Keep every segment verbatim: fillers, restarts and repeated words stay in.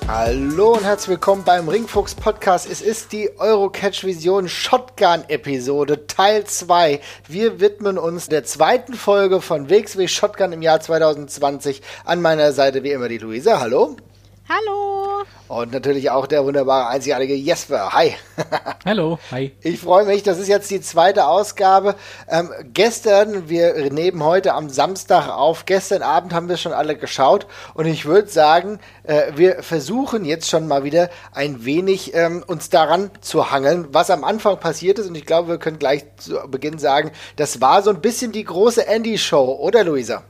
Hallo und herzlich willkommen beim Ringfuchs Podcast. Es ist die Eurocatch Vision Shotgun Episode Teil zwei. Wir widmen uns der zweiten Folge von W X W Shotgun im Jahr zwanzig zwanzig. An meiner Seite wie immer die Luisa. Hallo. Hallo. Und natürlich auch der wunderbare, einzigartige Jesper. Hi. Hallo. Hi. Ich freue mich, das ist jetzt die zweite Ausgabe. Ähm, gestern, wir nehmen heute am Samstag auf, gestern Abend haben wir schon alle geschaut und ich würde sagen, äh, wir versuchen jetzt schon mal wieder ein wenig ähm, uns daran zu hangeln, was am Anfang passiert ist und ich glaube, wir können gleich zu Beginn sagen, das war so ein bisschen die große Andy-Show, oder Luisa?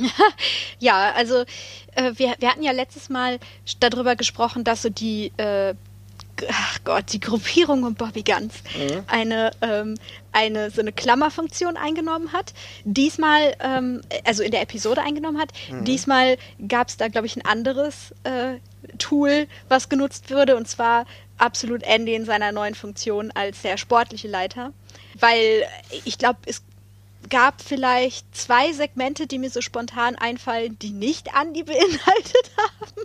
Ja, also äh, wir, wir hatten ja letztes Mal darüber gesprochen, dass so die, äh, ach Gott, die Gruppierung um Bobby Guns mhm. eine, ähm, eine, so eine Klammerfunktion eingenommen hat. Diesmal, ähm, also in der Episode eingenommen hat. Mhm. Diesmal gab es da, glaube ich, ein anderes äh, Tool, was genutzt wurde, und zwar absolut Andy in seiner neuen Funktion als der sportliche Leiter. Weil ich glaube, es gab vielleicht zwei Segmente, die mir so spontan einfallen, die nicht Andy beinhaltet haben.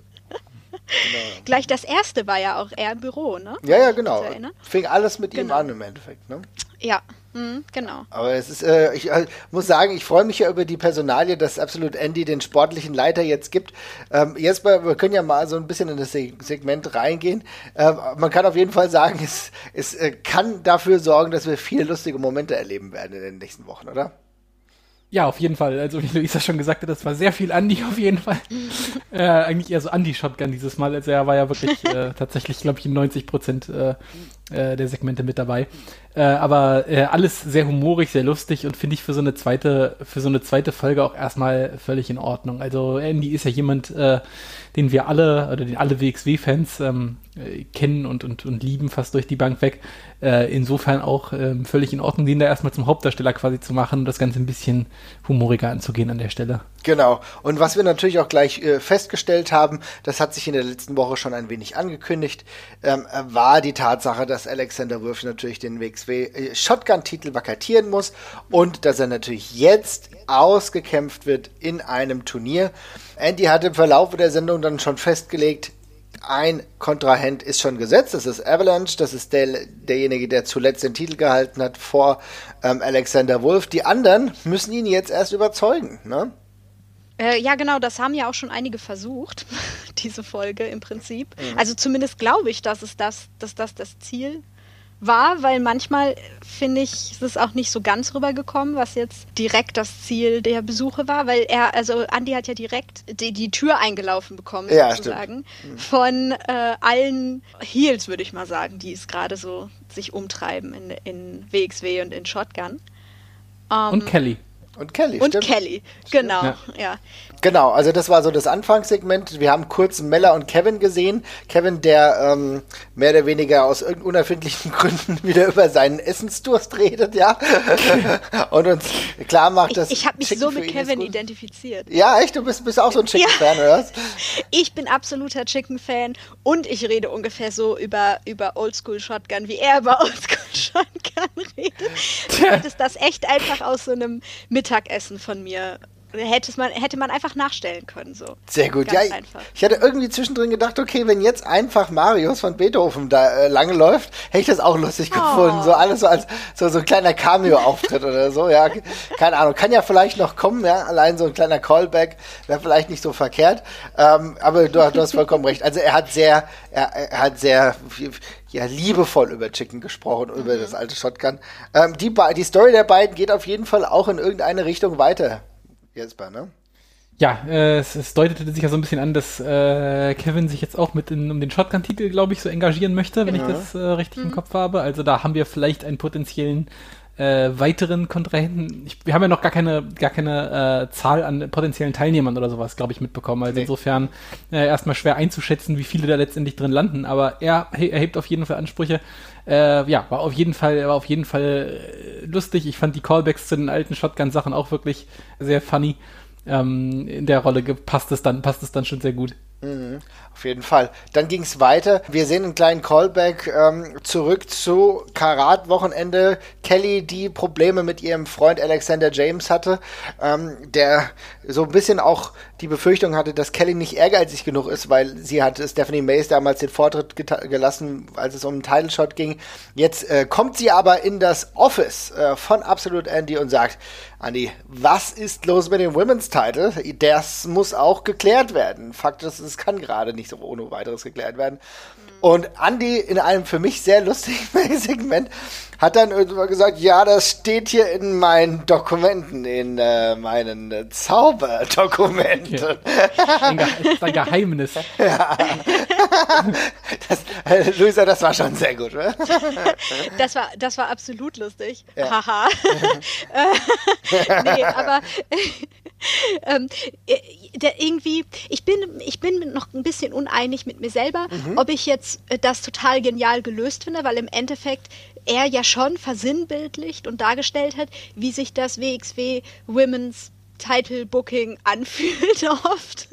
Genau. Gleich das erste war ja auch eher im Büro, ne? Ja, ja, genau. Fing alles mit genau. ihm an im Endeffekt, ne? Ja, mh, genau. Aber es ist, äh, ich äh, muss sagen, ich freue mich ja über die Personalie, dass absolut Andy den sportlichen Leiter jetzt gibt. Ähm, jetzt, wir können ja mal so ein bisschen in das Segment reingehen. Äh, man kann auf jeden Fall sagen, es, es äh, kann dafür sorgen, dass wir viele lustige Momente erleben werden in den nächsten Wochen, oder? Ja, auf jeden Fall. Also wie Luisa schon gesagt hat, das war sehr viel Andy auf jeden Fall. äh, eigentlich eher so Andy-Shotgun dieses Mal. Also er war ja wirklich äh, tatsächlich, glaube ich, in neunzig Prozent äh, äh, der Segmente mit dabei. Äh, aber äh, alles sehr humorig, sehr lustig und finde ich für so eine zweite, für so eine zweite Folge auch erstmal völlig in Ordnung. Also Andy ist ja jemand, äh, den wir alle, oder den alle W X W-Fans ähm, äh, kennen und, und, und lieben, fast durch die Bank weg. Äh, insofern auch ähm, völlig in Ordnung, den da erstmal zum Hauptdarsteller quasi zu machen und das Ganze ein bisschen humoriger anzugehen an der Stelle. Genau. Und was wir natürlich auch gleich äh, festgestellt haben, das hat sich in der letzten Woche schon ein wenig angekündigt, ähm, war die Tatsache, dass Alexander Wolf natürlich den W X W-Shotgun-Titel vakatieren muss und dass er natürlich jetzt ausgekämpft wird in einem Turnier. Andy hat im Verlauf der Sendung dann schon festgelegt, ein Kontrahent ist schon gesetzt, das ist Avalanche, das ist der, derjenige, der zuletzt den Titel gehalten hat vor ähm, Alexander Wolf. Die anderen müssen ihn jetzt erst überzeugen, ne? Äh, ja, genau, das haben ja auch schon einige versucht, diese Folge im Prinzip. Mhm. Also zumindest glaube ich, dass es das, dass das das Ziel war, weil manchmal, finde ich, ist es auch nicht so ganz rübergekommen, was jetzt direkt das Ziel der Besuche war, weil er, also Andy hat ja direkt die, die Tür eingelaufen bekommen, ja, sozusagen, stimmt. von äh, allen Heels, würde ich mal sagen, die es gerade so sich umtreiben in, in W X W und in Shotgun. Um, und Kelly. Und Kelly, Und stimmt. Kelly, genau, ja. ja. Genau, also das war so das Anfangssegment. Wir haben kurz Mella und Kevin gesehen. Kevin, der ähm, mehr oder weniger aus irgendeinen unerfindlichen Gründen wieder über seinen Essensdurst redet, ja. Und uns klar macht, dass Ich, ich habe mich Chicken so mit Kevin identifiziert. Ja, echt? Du bist, bist auch so ein Chicken-Fan, ja. oder was? Ich bin absoluter Chicken-Fan und ich rede ungefähr so über, über Oldschool-Shotgun, wie er über Oldschool-Shotgun redet. Du hättest das echt einfach aus so einem Mittagessen von mir Hätte man, hätte man einfach nachstellen können. So. Sehr gut. Ganz Ja, einfach. Ich hatte irgendwie zwischendrin gedacht, okay, wenn jetzt einfach Marius von Beethoven da äh, lange läuft, hätte ich das auch lustig oh. gefunden. So alles so als so, so ein kleiner Cameo-Auftritt oder so. Ja, keine Ahnung. Kann ja vielleicht noch kommen, ja. Allein so ein kleiner Callback wäre vielleicht nicht so verkehrt. Ähm, aber du, du hast vollkommen recht. Also er hat sehr, er, er hat sehr ja, liebevoll über Chicken gesprochen, mhm. über das alte Shotgun. Ähm, die, die Story der beiden geht auf jeden Fall auch in irgendeine Richtung weiter. Jesper, ne? Ja, äh, es, es deutete sich ja so ein bisschen an, dass äh, Kevin sich jetzt auch mit in, um den Shotgun-Titel, glaube ich, so engagieren möchte, wenn genau. ich das äh, richtig mhm. im Kopf habe. Also da haben wir vielleicht einen potenziellen äh, weiteren Kontrahenten. Ich, wir haben ja noch gar keine gar keine äh, Zahl an potenziellen Teilnehmern oder sowas, glaube ich, mitbekommen. Also nee. insofern äh, erstmal schwer einzuschätzen, wie viele da letztendlich drin landen. Aber er erhebt auf jeden Fall Ansprüche. Äh, ja, war auf jeden Fall, war auf jeden Fall äh, lustig. Ich fand die Callbacks zu den alten Shotgun-Sachen auch wirklich sehr funny. Ähm, in der Rolle passt es dann, passt es dann schon sehr gut. Mhm, auf jeden Fall. Dann ging es weiter. Wir sehen einen kleinen Callback ähm, zurück zu Karat-Wochenende. Kelly, die Probleme mit ihrem Freund Alexander James hatte, ähm, der so ein bisschen auch die Befürchtung hatte, dass Kelly nicht ehrgeizig genug ist, weil sie hat Stephanie Mays damals den Vortritt geta- gelassen, als es um einen Title Shot ging. Jetzt äh, kommt sie aber in das Office äh, von Absolute Andy und sagt, Andy, was ist los mit dem Women's Title? Das muss auch geklärt werden. Fakt ist, es kann gerade nicht so ohne weiteres geklärt werden. Und Andy in einem für mich sehr lustigen Segment hat dann irgendwann gesagt, ja, das steht hier in meinen Dokumenten, in äh, meinen äh, Zauberdokumenten. Ja. Ein, Ge- ein Geheimnis. Ja. Das, äh, Luisa, das war schon sehr gut, oder? Das war, das war absolut lustig. Ja. Haha. Nee, aber ähm, äh, der irgendwie, ich bin, ich bin noch ein bisschen uneinig mit mir selber, mhm. ob ich jetzt äh, das total genial gelöst finde, weil im Endeffekt er ja schon versinnbildlicht und dargestellt hat, wie sich das W X W Women's Title Booking anfühlt oft.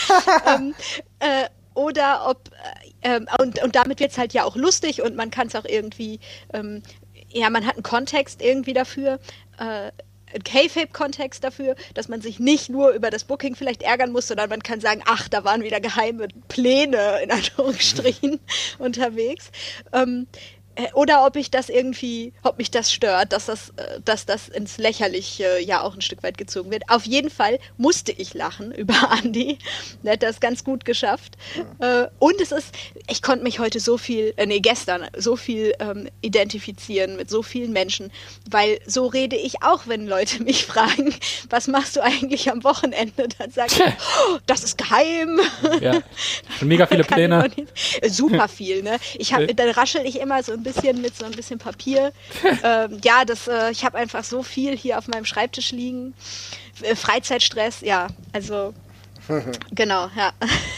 ähm, äh, oder ob, äh, ähm, und, und damit wird es halt ja auch lustig und man kann es auch irgendwie, ähm, ja, man hat einen Kontext irgendwie dafür, äh, einen K-Fape-Kontext dafür, dass man sich nicht nur über das Booking vielleicht ärgern muss, sondern man kann sagen, ach, da waren wieder geheime Pläne, in Anführungsstrichen, unterwegs. Ähm, Oder ob ich das irgendwie, ob mich das stört, dass das, dass das ins Lächerliche ja auch ein Stück weit gezogen wird. Auf jeden Fall musste ich lachen über Andy. Der hat das ganz gut geschafft. Ja. Und es ist, ich konnte mich heute so viel, äh, nee, gestern so viel ähm, identifizieren mit so vielen Menschen, weil so rede ich auch, wenn Leute mich fragen, was machst du eigentlich am Wochenende? Dann sage ich, oh, das ist geheim. Ja, schon mega viele Pläne. Super viel, ne? Ich hab, dann raschel ich immer so ein bisschen mit so ein bisschen Papier. ähm, ja, das, äh, ich habe einfach so viel hier auf meinem Schreibtisch liegen. Äh, Freizeitstress, ja, also genau, ja.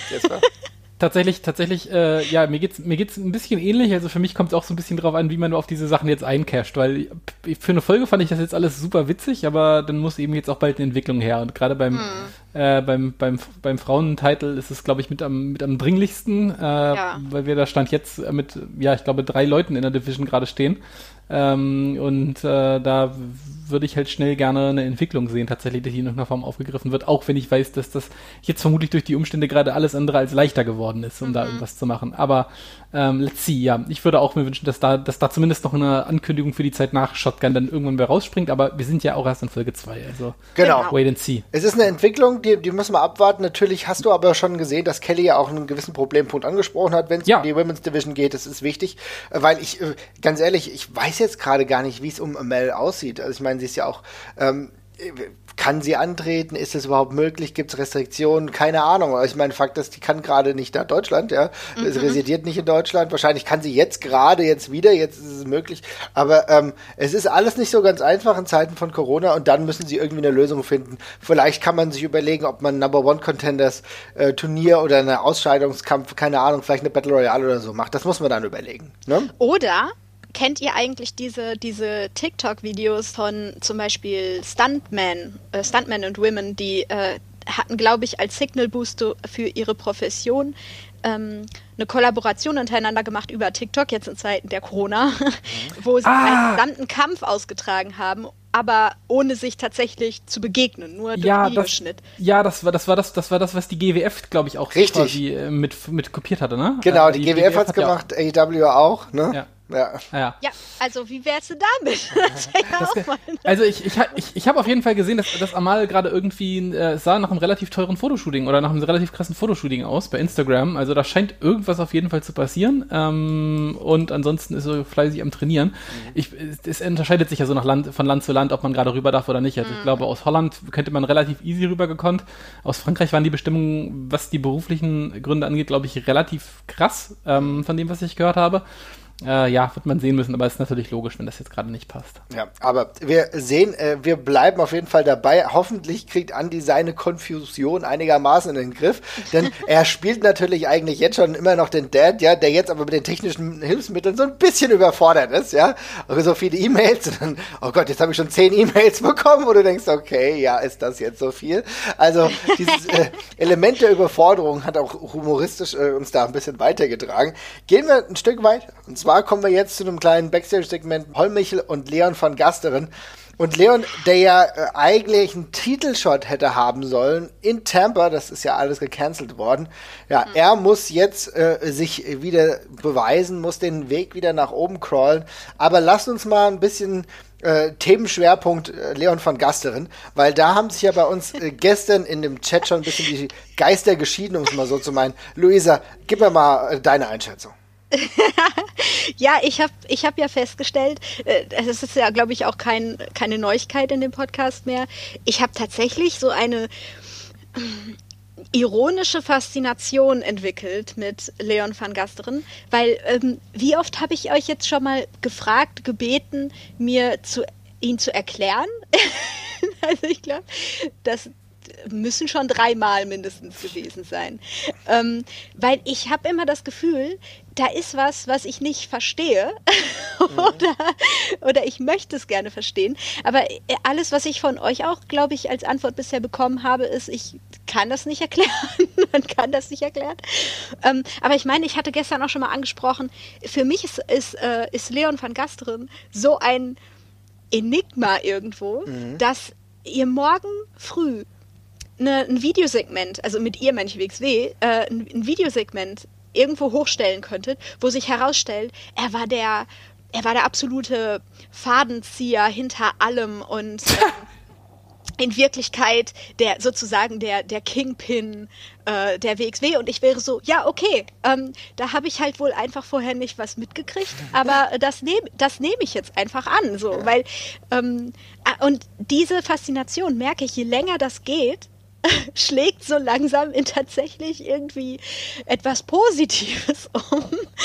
Tatsächlich, tatsächlich, äh, ja, mir geht's, mir geht's ein bisschen ähnlich. Also für mich kommt es auch so ein bisschen drauf an, wie man auf diese Sachen jetzt eincasht, weil für eine Folge fand ich das jetzt alles super witzig, aber dann muss eben jetzt auch bald eine Entwicklung her. Und gerade beim, hm. äh, beim, beim, beim Frauentitel ist es, glaube ich, mit am, mit am dringlichsten, äh, ja. weil wir da Stand jetzt mit, ja, ich glaube, drei Leuten in der Division gerade stehen. Ähm, und äh, da würde ich halt schnell gerne eine Entwicklung sehen, tatsächlich, die in irgendeiner Form aufgegriffen wird, auch wenn ich weiß, dass das jetzt vermutlich durch die Umstände gerade alles andere als leichter geworden ist, um mhm. da irgendwas zu machen. Aber ähm, let's see, ja. Ich würde auch mir wünschen, dass da, dass da zumindest noch eine Ankündigung für die Zeit nach Shotgun dann irgendwann mal rausspringt, aber wir sind ja auch erst in Folge zwei, also genau. Wait and see. Es ist eine Entwicklung, die, die müssen wir abwarten. Natürlich hast du aber schon gesehen, dass Kelly ja auch einen gewissen Problempunkt angesprochen hat, wenn es ja. um die Women's Division geht. Das ist wichtig, weil ich, ganz ehrlich, ich weiß jetzt gerade gar nicht, wie es um Mel aussieht. Also ich meine, sie ist ja auch, ähm, kann sie antreten? Ist es überhaupt möglich? Gibt es Restriktionen? Keine Ahnung. Also ich meine, Fakt ist, die kann gerade nicht nach Deutschland, ja. Mhm. Sie residiert nicht in Deutschland. Wahrscheinlich kann sie jetzt gerade, jetzt wieder, jetzt ist es möglich. Aber ähm, es ist alles nicht so ganz einfach in Zeiten von Corona und dann müssen sie irgendwie eine Lösung finden. Vielleicht kann man sich überlegen, ob man ein Number One Contenders äh, Turnier oder eine Ausscheidungskampf, keine Ahnung, vielleicht eine Battle Royale oder so macht. Das muss man dann überlegen. Ne? Oder kennt ihr eigentlich diese, diese TikTok-Videos von zum Beispiel Stuntmen, äh, Stuntmen und Women, die äh, hatten, glaube ich, als Signal Boost für ihre Profession ähm, eine Kollaboration untereinander gemacht über TikTok, jetzt in Zeiten der Corona, mhm. wo sie ah. einen gesamten Kampf ausgetragen haben, aber ohne sich tatsächlich zu begegnen, nur durch ja, Videoschnitt. Das, ja, das war das war das das war das, was die G W F, glaube ich, auch Richtig. quasi äh, mit mit kopiert hatte, ne? Genau, äh, die, die G W F, G W F hat's hat gemacht, ja A E W auch, ne? Ja. Ja. Ja. ja, also wie wär's denn damit? Das wär ja das, auch mal also ich, ich, ich, ich habe auf jeden Fall gesehen, dass, dass Amal gerade irgendwie äh, sah nach einem relativ teuren Fotoshooting oder nach einem relativ krassen Fotoshooting aus bei Instagram. Also da scheint irgendwas auf jeden Fall zu passieren. Ähm, und ansonsten ist er fleißig am Trainieren. Mhm. Ich, es unterscheidet sich ja so nach Land, von Land zu Land, ob man gerade rüber darf oder nicht. Also mhm. ich glaube, aus Holland könnte man relativ easy rübergekonnt. Aus Frankreich waren die Bestimmungen, was die beruflichen Gründe angeht, glaube ich, relativ krass, ähm, von dem, was ich gehört habe. Äh, ja, wird man sehen müssen, aber es ist natürlich logisch, wenn das jetzt gerade nicht passt. Ja, aber wir sehen, äh, wir bleiben auf jeden Fall dabei. Hoffentlich kriegt Andy seine Konfusion einigermaßen in den Griff, denn er spielt natürlich eigentlich jetzt schon immer noch den Dad, ja, der jetzt aber mit den technischen Hilfsmitteln so ein bisschen überfordert ist, ja. Also so viele E-Mails und dann, oh Gott, jetzt habe ich schon zehn E-Mails bekommen, wo du denkst, okay, ja, ist das jetzt so viel? Also dieses äh, Element der Überforderung hat auch humoristisch äh, uns da ein bisschen weitergetragen. Gehen wir ein Stück weit, und zwar zwar kommen wir jetzt zu einem kleinen Backstage-Segment Hollmichel und Leon van Gasteren. Und Leon, der ja äh, eigentlich einen Titelshot hätte haben sollen in Tampa, das ist ja alles gecancelt worden, ja, mhm. er muss jetzt äh, sich wieder beweisen, muss den Weg wieder nach oben crawlen. Aber lass uns mal ein bisschen äh, Themenschwerpunkt äh, Leon van Gasteren, weil da haben sich ja bei uns äh, gestern in dem Chat schon ein bisschen die Geister geschieden, um es mal so zu meinen. Luisa, gib mir mal äh, deine Einschätzung. Ja, ich habe ich hab ja festgestellt, äh, es ist ja, glaube ich, auch kein, keine Neuigkeit in dem Podcast mehr. Ich habe tatsächlich so eine äh, ironische Faszination entwickelt mit Leon van Gasteren, weil ähm, wie oft habe ich euch jetzt schon mal gefragt, gebeten, mir zu, ihn zu erklären? Also ich glaube, das müssen schon dreimal mindestens gewesen sein. Ähm, weil ich habe immer das Gefühl, da ist was, was ich nicht verstehe mhm. oder, oder ich möchte es gerne verstehen. Aber alles, was ich von euch auch, glaube ich, als Antwort bisher bekommen habe, ist, ich kann das nicht erklären. Man kann das nicht erklären. Ähm, aber ich meine, ich hatte gestern auch schon mal angesprochen, für mich ist, ist, äh, ist Leon van Gasteren so ein Enigma irgendwo, mhm. dass ihr morgen früh eine, ein Videosegment, also mit ihr meine ich W X W, äh, ein, ein Videosegment irgendwo hochstellen könntet, wo sich herausstellt, er war der, er war der absolute Fadenzieher hinter allem und ähm, in Wirklichkeit der sozusagen der, der Kingpin äh, der W X W und ich wäre so, ja okay, ähm, da habe ich halt wohl einfach vorher nicht was mitgekriegt, aber das nehme das nehm ich jetzt einfach an, so, weil ähm, und diese Faszination merke ich, je länger das geht, schlägt so langsam in tatsächlich irgendwie etwas Positives um,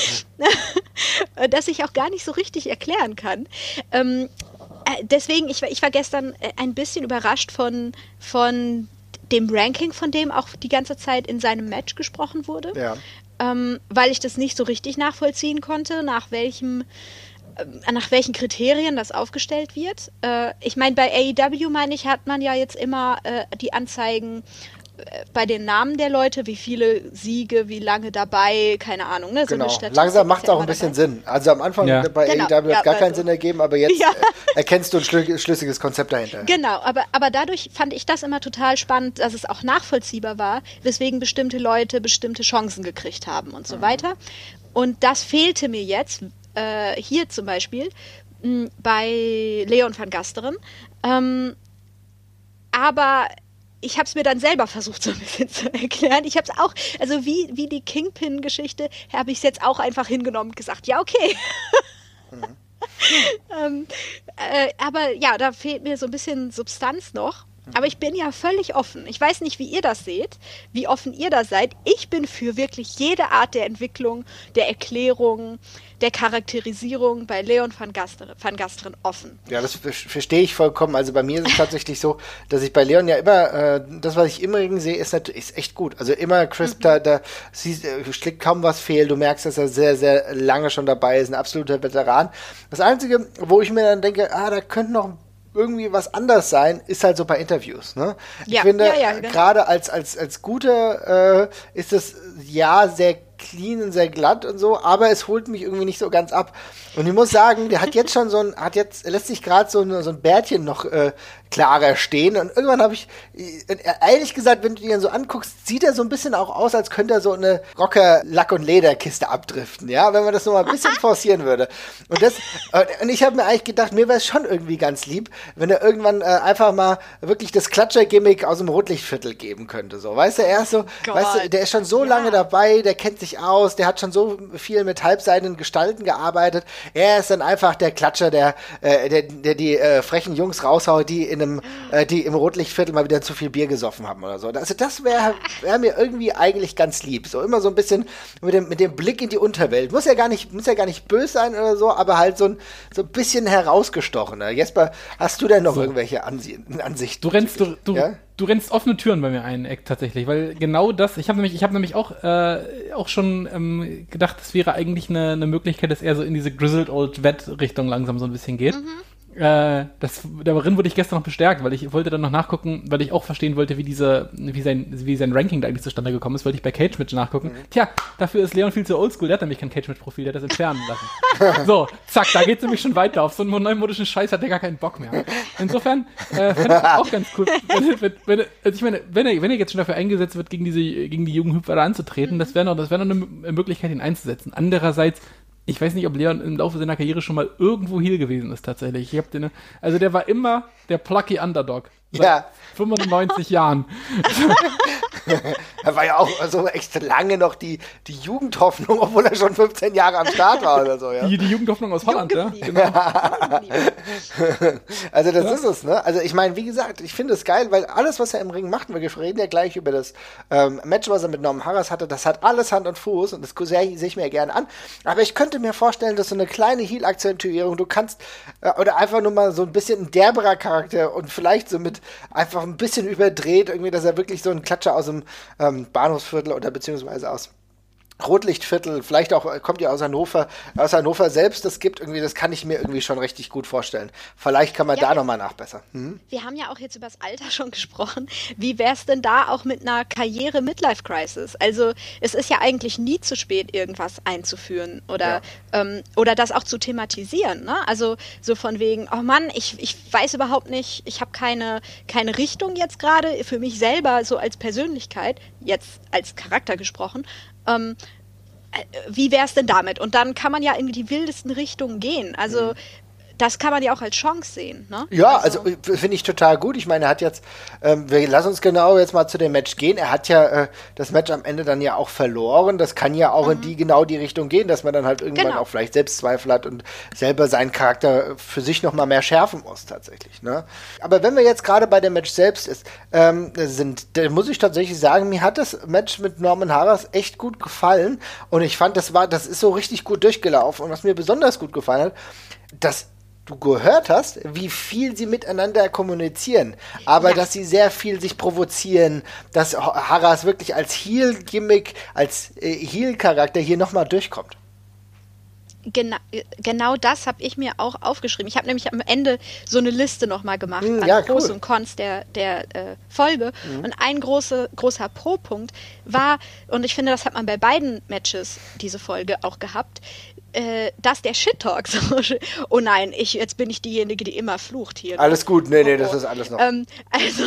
das ich auch gar nicht so richtig erklären kann. Ähm, äh, deswegen, ich war, ich war gestern ein bisschen überrascht von, von dem Ranking, von dem auch die ganze Zeit in seinem Match gesprochen wurde, ja. ähm, weil ich das nicht so richtig nachvollziehen konnte, nach welchem nach welchen Kriterien das aufgestellt wird. Äh, ich meine, bei A E W, meine ich, hat man ja jetzt immer äh, die Anzeigen äh, bei den Namen der Leute, wie viele Siege, wie lange dabei, keine Ahnung. Ne? So genau, langsam macht es auch ein bisschen dabei. Sinn. Also am Anfang ja. bei genau. A E W hat es ja, gar keinen also, Sinn ergeben, aber jetzt ja. äh, erkennst du ein schlü- schlüssiges Konzept dahinter. Genau, aber, aber dadurch fand ich das immer total spannend, dass es auch nachvollziehbar war, weswegen bestimmte Leute bestimmte Chancen gekriegt haben und so mhm. weiter. Und das fehlte mir jetzt, Äh, hier zum Beispiel mh, bei Leon van Gasteren. Ähm, aber ich habe es mir dann selber versucht, so ein bisschen zu erklären. Ich habe es auch, also wie, wie die Kingpin-Geschichte, habe ich es jetzt auch einfach hingenommen und gesagt, ja, okay. Mhm. ähm, äh, aber ja, da fehlt mir so ein bisschen Substanz noch. Aber ich bin ja völlig offen. Ich weiß nicht, wie ihr das seht, wie offen ihr da seid. Ich bin für wirklich jede Art der Entwicklung, der Erklärung, der Charakterisierung bei Leon van Gasteren, van Gasteren offen. Ja, das verstehe ich vollkommen. Also bei mir ist es tatsächlich so, dass ich bei Leon ja immer, äh, das, was ich immer sehe, ist natürlich ist echt gut. Also immer crisp, mhm. da, da siehst, schlägt kaum was fehl. Du merkst, dass er sehr, sehr lange schon dabei ist, ein absoluter Veteran. Das Einzige, wo ich mir dann denke, ah, da könnte noch ein irgendwie was anders sein, ist halt so bei Interviews. Ne? Ja, ich finde, ja, ja, genau. gerade als, als, als Gute äh, ist das ja sehr clean und sehr glatt und so, aber es holt mich irgendwie nicht so ganz ab. Und ich muss sagen, der hat jetzt schon so ein, hat jetzt, lässt sich gerade so, so ein Bärtchen noch äh, klarer stehen und irgendwann habe ich, äh, ehrlich gesagt, wenn du ihn so anguckst, sieht er so ein bisschen auch aus, als könnte er so eine Rocker Lack- und Lederkiste abdriften, ja, wenn man das noch mal ein bisschen forcieren würde. Und das, äh, und ich habe mir eigentlich gedacht, mir wäre es schon irgendwie ganz lieb, wenn er irgendwann äh, einfach mal wirklich das Klatscher-Gimmick aus dem Rotlichtviertel geben könnte, so, weißt du, er ist so, God. weißt du, der ist schon so ja. lange dabei, der kennt sich aus, der hat schon so viel mit halbseidenen Gestalten gearbeitet. Er ist dann einfach der Klatscher, der, äh, der, der die äh, frechen Jungs raushaut, die in einem, äh, die im Rotlichtviertel mal wieder zu viel Bier gesoffen haben oder so. Also das wäre wär mir irgendwie eigentlich ganz lieb. So immer so ein bisschen mit dem, mit dem Blick in die Unterwelt. Muss ja gar nicht, muss ja gar nicht böse sein oder so, aber halt so ein, so ein bisschen herausgestochener. Jesper, hast du denn noch so. irgendwelche Ansi- Ansichten? Du rennst, du, du, ja? Du rennst offene Türen bei mir ein, Eck, tatsächlich, weil genau das, ich habe nämlich, ich habe nämlich auch, äh, auch schon ähm, gedacht, das wäre eigentlich eine, eine Möglichkeit, dass er so in diese Grizzled Old Vet Richtung langsam so ein bisschen geht. Mhm. Äh, das, darin wurde ich gestern noch bestärkt, weil ich wollte dann noch nachgucken, weil ich auch verstehen wollte, wie diese, wie sein, wie sein Ranking da eigentlich zustande gekommen ist, wollte ich bei Cage-Match nachgucken. Mhm. Tja, dafür ist Leon viel zu oldschool, der hat nämlich kein Cage-Match-Profil, der hat das entfernen lassen. So, zack, da geht's nämlich schon weiter. Auf so einen neumodischen Scheiß hat der gar keinen Bock mehr. Insofern, äh, fand ich das auch ganz cool. Wenn, wenn, wenn, also ich meine, wenn er, wenn er jetzt schon dafür eingesetzt wird, gegen diese, gegen die jungen Hüpfer anzutreten, mhm. das wäre noch, das wäre noch eine Möglichkeit, ihn einzusetzen. Andererseits, ich weiß nicht, ob Leon im Laufe seiner Karriere schon mal irgendwo Heel gewesen ist, tatsächlich. Ich hab den, also der war immer der plucky Underdog. Seit ja. fünfundneunzig Jahren. Er war ja auch so echt lange noch die, die Jugendhoffnung, obwohl er schon fünfzehn Jahre am Start war oder so, ja. Die, die Jugendhoffnung aus Holland, ja. Genau. Also das ja. ist es, ne? Also ich meine, wie gesagt, ich finde es geil, weil alles, was er im Ring macht, wir reden ja gleich über das ähm, Match, was er mit Norman Harras hatte, das hat alles Hand und Fuß und das sehe ich mir gerne an. Aber ich könnte mir vorstellen, dass so eine kleine Heel-Akzentuierung, du kannst, äh, oder einfach nur mal so ein bisschen ein derberer Charakter und vielleicht so mit einfach ein bisschen überdreht, irgendwie, dass er wirklich so ein Klatscher aus dem ähm, Bahnhofsviertel oder beziehungsweise aus Rotlichtviertel, vielleicht auch, kommt ja aus Hannover, aus Hannover selbst, das gibt irgendwie, das kann ich mir irgendwie schon richtig gut vorstellen. Vielleicht kann man ja, da nochmal nachbessern. Mhm. Wir haben ja auch jetzt über das Alter schon gesprochen. Wie wär's denn da auch mit einer Karriere-Midlife-Crisis? Also es ist ja eigentlich nie zu spät, irgendwas einzuführen oder, ja. ähm, oder das auch zu thematisieren. Ne? Also so von wegen, oh Mann, ich, ich weiß überhaupt nicht, ich habe keine, keine Richtung jetzt gerade für mich selber, so als Persönlichkeit, jetzt als Charakter gesprochen. Ähm, wie wäre es denn damit? Und dann kann man ja in die wildesten Richtungen gehen. Also mhm. das kann man ja auch als Chance sehen. Ne? Ja, also, also finde ich total gut. Ich meine, er hat jetzt, ähm, wir lassen uns genau jetzt mal zu dem Match gehen. Er hat ja äh, das Match am Ende dann ja auch verloren. Das kann ja auch mhm. in die genau die Richtung gehen, dass man dann halt irgendwann genau. auch vielleicht Selbstzweifel hat und selber seinen Charakter für sich noch mal mehr schärfen muss tatsächlich. Ne? Aber wenn wir jetzt gerade bei dem Match selbst ist, ähm, sind, da muss ich tatsächlich sagen, mir hat das Match mit Norman Harras echt gut gefallen und ich fand, das war, das ist so richtig gut durchgelaufen und was mir besonders gut gefallen hat, dass du gehört hast, wie viel sie miteinander kommunizieren, aber ja. dass sie sehr viel sich provozieren, dass Harras wirklich als Heel-Gimmick, als äh, Heel-Charakter hier nochmal durchkommt. Genau, genau das habe ich mir auch aufgeschrieben. Ich habe nämlich am Ende so eine Liste nochmal gemacht mm, an ja, Pros cool. und Cons der, der äh, Folge. Mm. Und ein große, großer Pro-Punkt war, und ich finde, das hat man bei beiden Matches, diese Folge, auch gehabt, äh, dass der Shit-Talk so, oh nein, ich, jetzt bin ich diejenige, die immer flucht hier. Alles gut, nee, nee, oh, das ist alles noch. Ähm, also,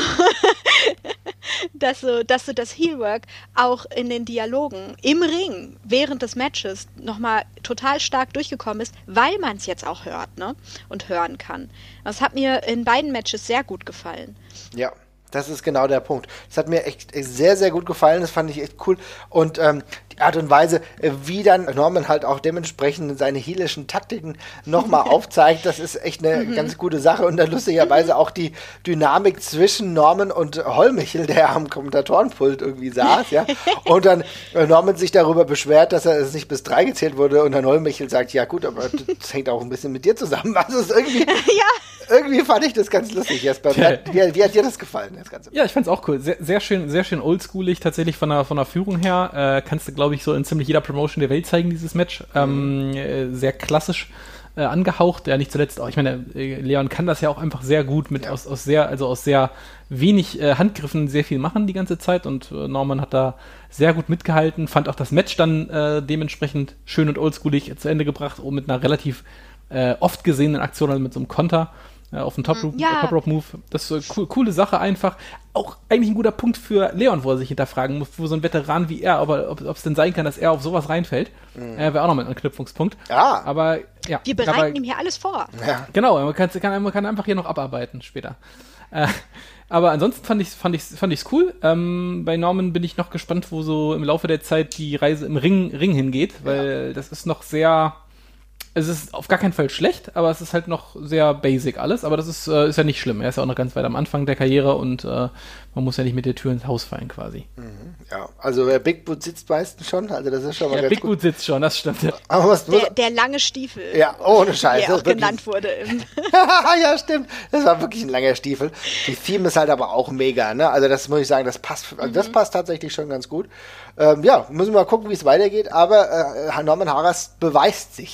dass so, dass so das Heel-Work auch in den Dialogen im Ring während des Matches nochmal total stark durchgekommen ist, weil man es jetzt auch hört, ne? Und hören kann. Das hat mir in beiden Matches sehr gut gefallen. Ja. Das ist genau der Punkt. Das hat mir echt sehr, sehr gut gefallen. Das fand ich echt cool. Und ähm, die Art und Weise, wie dann Norman halt auch dementsprechend seine heelischen Taktiken nochmal aufzeigt, das ist echt eine mhm. ganz gute Sache. Und dann lustigerweise auch die Dynamik zwischen Norman und Hollmichel, der am Kommentatorenpult irgendwie saß, ja. Und dann äh, Norman sich darüber beschwert, dass er es nicht bis drei gezählt wurde. Und dann Hollmichel sagt, ja gut, aber das hängt auch ein bisschen mit dir zusammen. Also es ist irgendwie... ja. Irgendwie fand ich das ganz lustig, Jesper. Wie, wie hat dir das gefallen, das Ganze? Ja, ich fand's auch cool. Sehr, sehr schön, sehr schön oldschoolig tatsächlich von der, von der Führung her. Äh, kannst du, glaube ich, so in ziemlich jeder Promotion der Welt zeigen, dieses Match. Ähm, äh, sehr klassisch äh, angehaucht. Ja, nicht zuletzt auch. Ich meine, äh, Leon kann das ja auch einfach sehr gut mit ja. aus, aus sehr, also aus sehr wenig äh, Handgriffen sehr viel machen die ganze Zeit und äh, Norman hat da sehr gut mitgehalten. Fand auch das Match dann äh, dementsprechend schön und oldschoolig zu Ende gebracht, um mit einer relativ äh, oft gesehenen Aktion, also mit so einem Konter auf den Top-Rope ja. Top Move. Das ist eine cool, coole Sache einfach. Auch eigentlich ein guter Punkt für Leon, wo er sich hinterfragen muss, wo so ein Veteran wie er, aber ob es denn sein kann, dass er auf sowas reinfällt, mhm. äh, wäre auch nochmal ein Anknüpfungspunkt. Ja. Aber ja. Wir bereiten aber, ihm hier alles vor. Ja. Genau, man kann, kann, man kann einfach hier noch abarbeiten später. Äh, aber ansonsten fand ich fand ich fand ich's cool. Ähm, bei Norman bin ich noch gespannt, wo so im Laufe der Zeit die Reise im Ring Ring hingeht, weil ja. das ist noch sehr Es ist auf gar keinen Fall schlecht, aber es ist halt noch sehr basic alles. Aber das ist, äh, ist ja nicht schlimm. Er ist ja auch noch ganz weit am Anfang der Karriere und äh, man muss ja nicht mit der Tür ins Haus fallen quasi. Mhm, ja, also der Big Boot sitzt meistens schon. Also das ist schon mal ja, ganz Big gut. Boot sitzt schon, das stimmt. Ja. Aber was, der, der lange Stiefel. Ja, ohne Scheiße. Der auch genannt wurde. Im ja, stimmt. Das war wirklich ein langer Stiefel. Die Theme ist halt aber auch mega, ne? Also das muss ich sagen, das passt, also das mhm. passt tatsächlich schon ganz gut. Ähm, ja, müssen wir mal gucken, wie es weitergeht. Aber äh, Norman Harras beweist sich hier,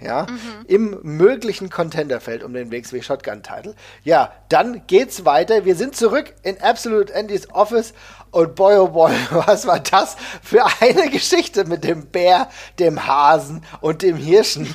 ja, mhm. im möglichen Contenderfeld um den W X W Shotgun Title. Ja, dann geht's weiter. Wir sind zurück in Absolute Andy's Office und boy oh boy, was war das für eine Geschichte mit dem Bär, dem Hasen und dem Hirschen.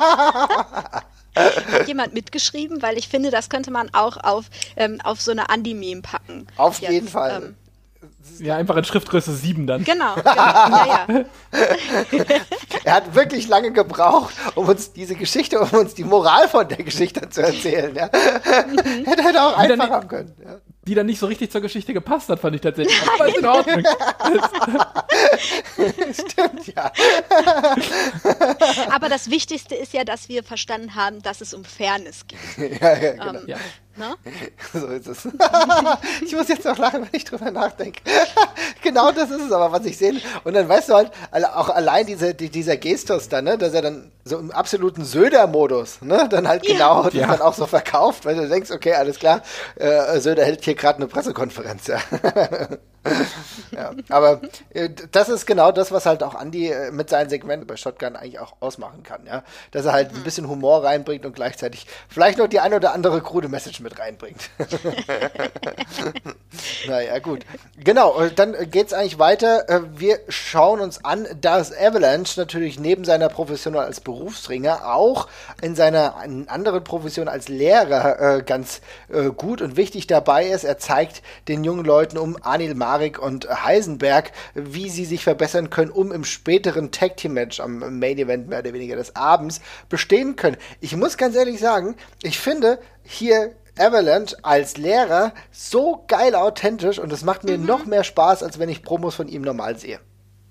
Hat jemand mitgeschrieben? Weil ich finde, das könnte man auch auf, ähm, auf so eine Andy-Meme packen. Auf jetzt, jeden Fall. Ähm, Ja, einfach in Schriftgröße sieben dann. Genau, genau. Ja, ja. Er hat wirklich lange gebraucht, um uns diese Geschichte, um uns die Moral von der Geschichte zu erzählen. Ja. Mhm. Hätte er auch einfach dann, haben können. Ja. Die dann nicht so richtig zur Geschichte gepasst hat, fand ich tatsächlich. Aber ist in Ordnung. Stimmt, ja. Aber das Wichtigste ist ja, dass wir verstanden haben, dass es um Fairness geht. Ja, ja, genau. Ähm, ja. Ne? So ist es. Ich muss jetzt noch lachen, wenn ich drüber nachdenke. Genau das ist es aber, was ich sehe. Und dann weißt du halt, auch allein diese, die, dieser Gestus dann, ne, dass er dann so im absoluten Söder-Modus, ne, dann halt ja. genau das ja. dann auch so verkauft, weil du denkst, okay, alles klar, äh, Söder hält hier gerade eine Pressekonferenz, ja. Ja, aber äh, das ist genau das, was halt auch Andy äh, mit seinen Segmenten bei Shotgun eigentlich auch ausmachen kann, ja, dass er halt mhm. ein bisschen Humor reinbringt und gleichzeitig vielleicht noch die ein oder andere krude Message mit reinbringt. Naja, gut. Genau, und dann geht's eigentlich weiter. Wir schauen uns an, dass Avalanche natürlich neben seiner Profession als Berufsringer auch in seiner anderen Profession als Lehrer äh, ganz äh, gut und wichtig dabei ist. Er zeigt den jungen Leuten um Anil Marek und Heisenberg, wie sie sich verbessern können, um im späteren Tag-Team-Match am Main Event mehr oder weniger des Abends bestehen können. Ich muss ganz ehrlich sagen, ich finde hier Avalanche als Lehrer so geil authentisch und es macht mir mhm. noch mehr Spaß, als wenn ich Promos von ihm normal sehe.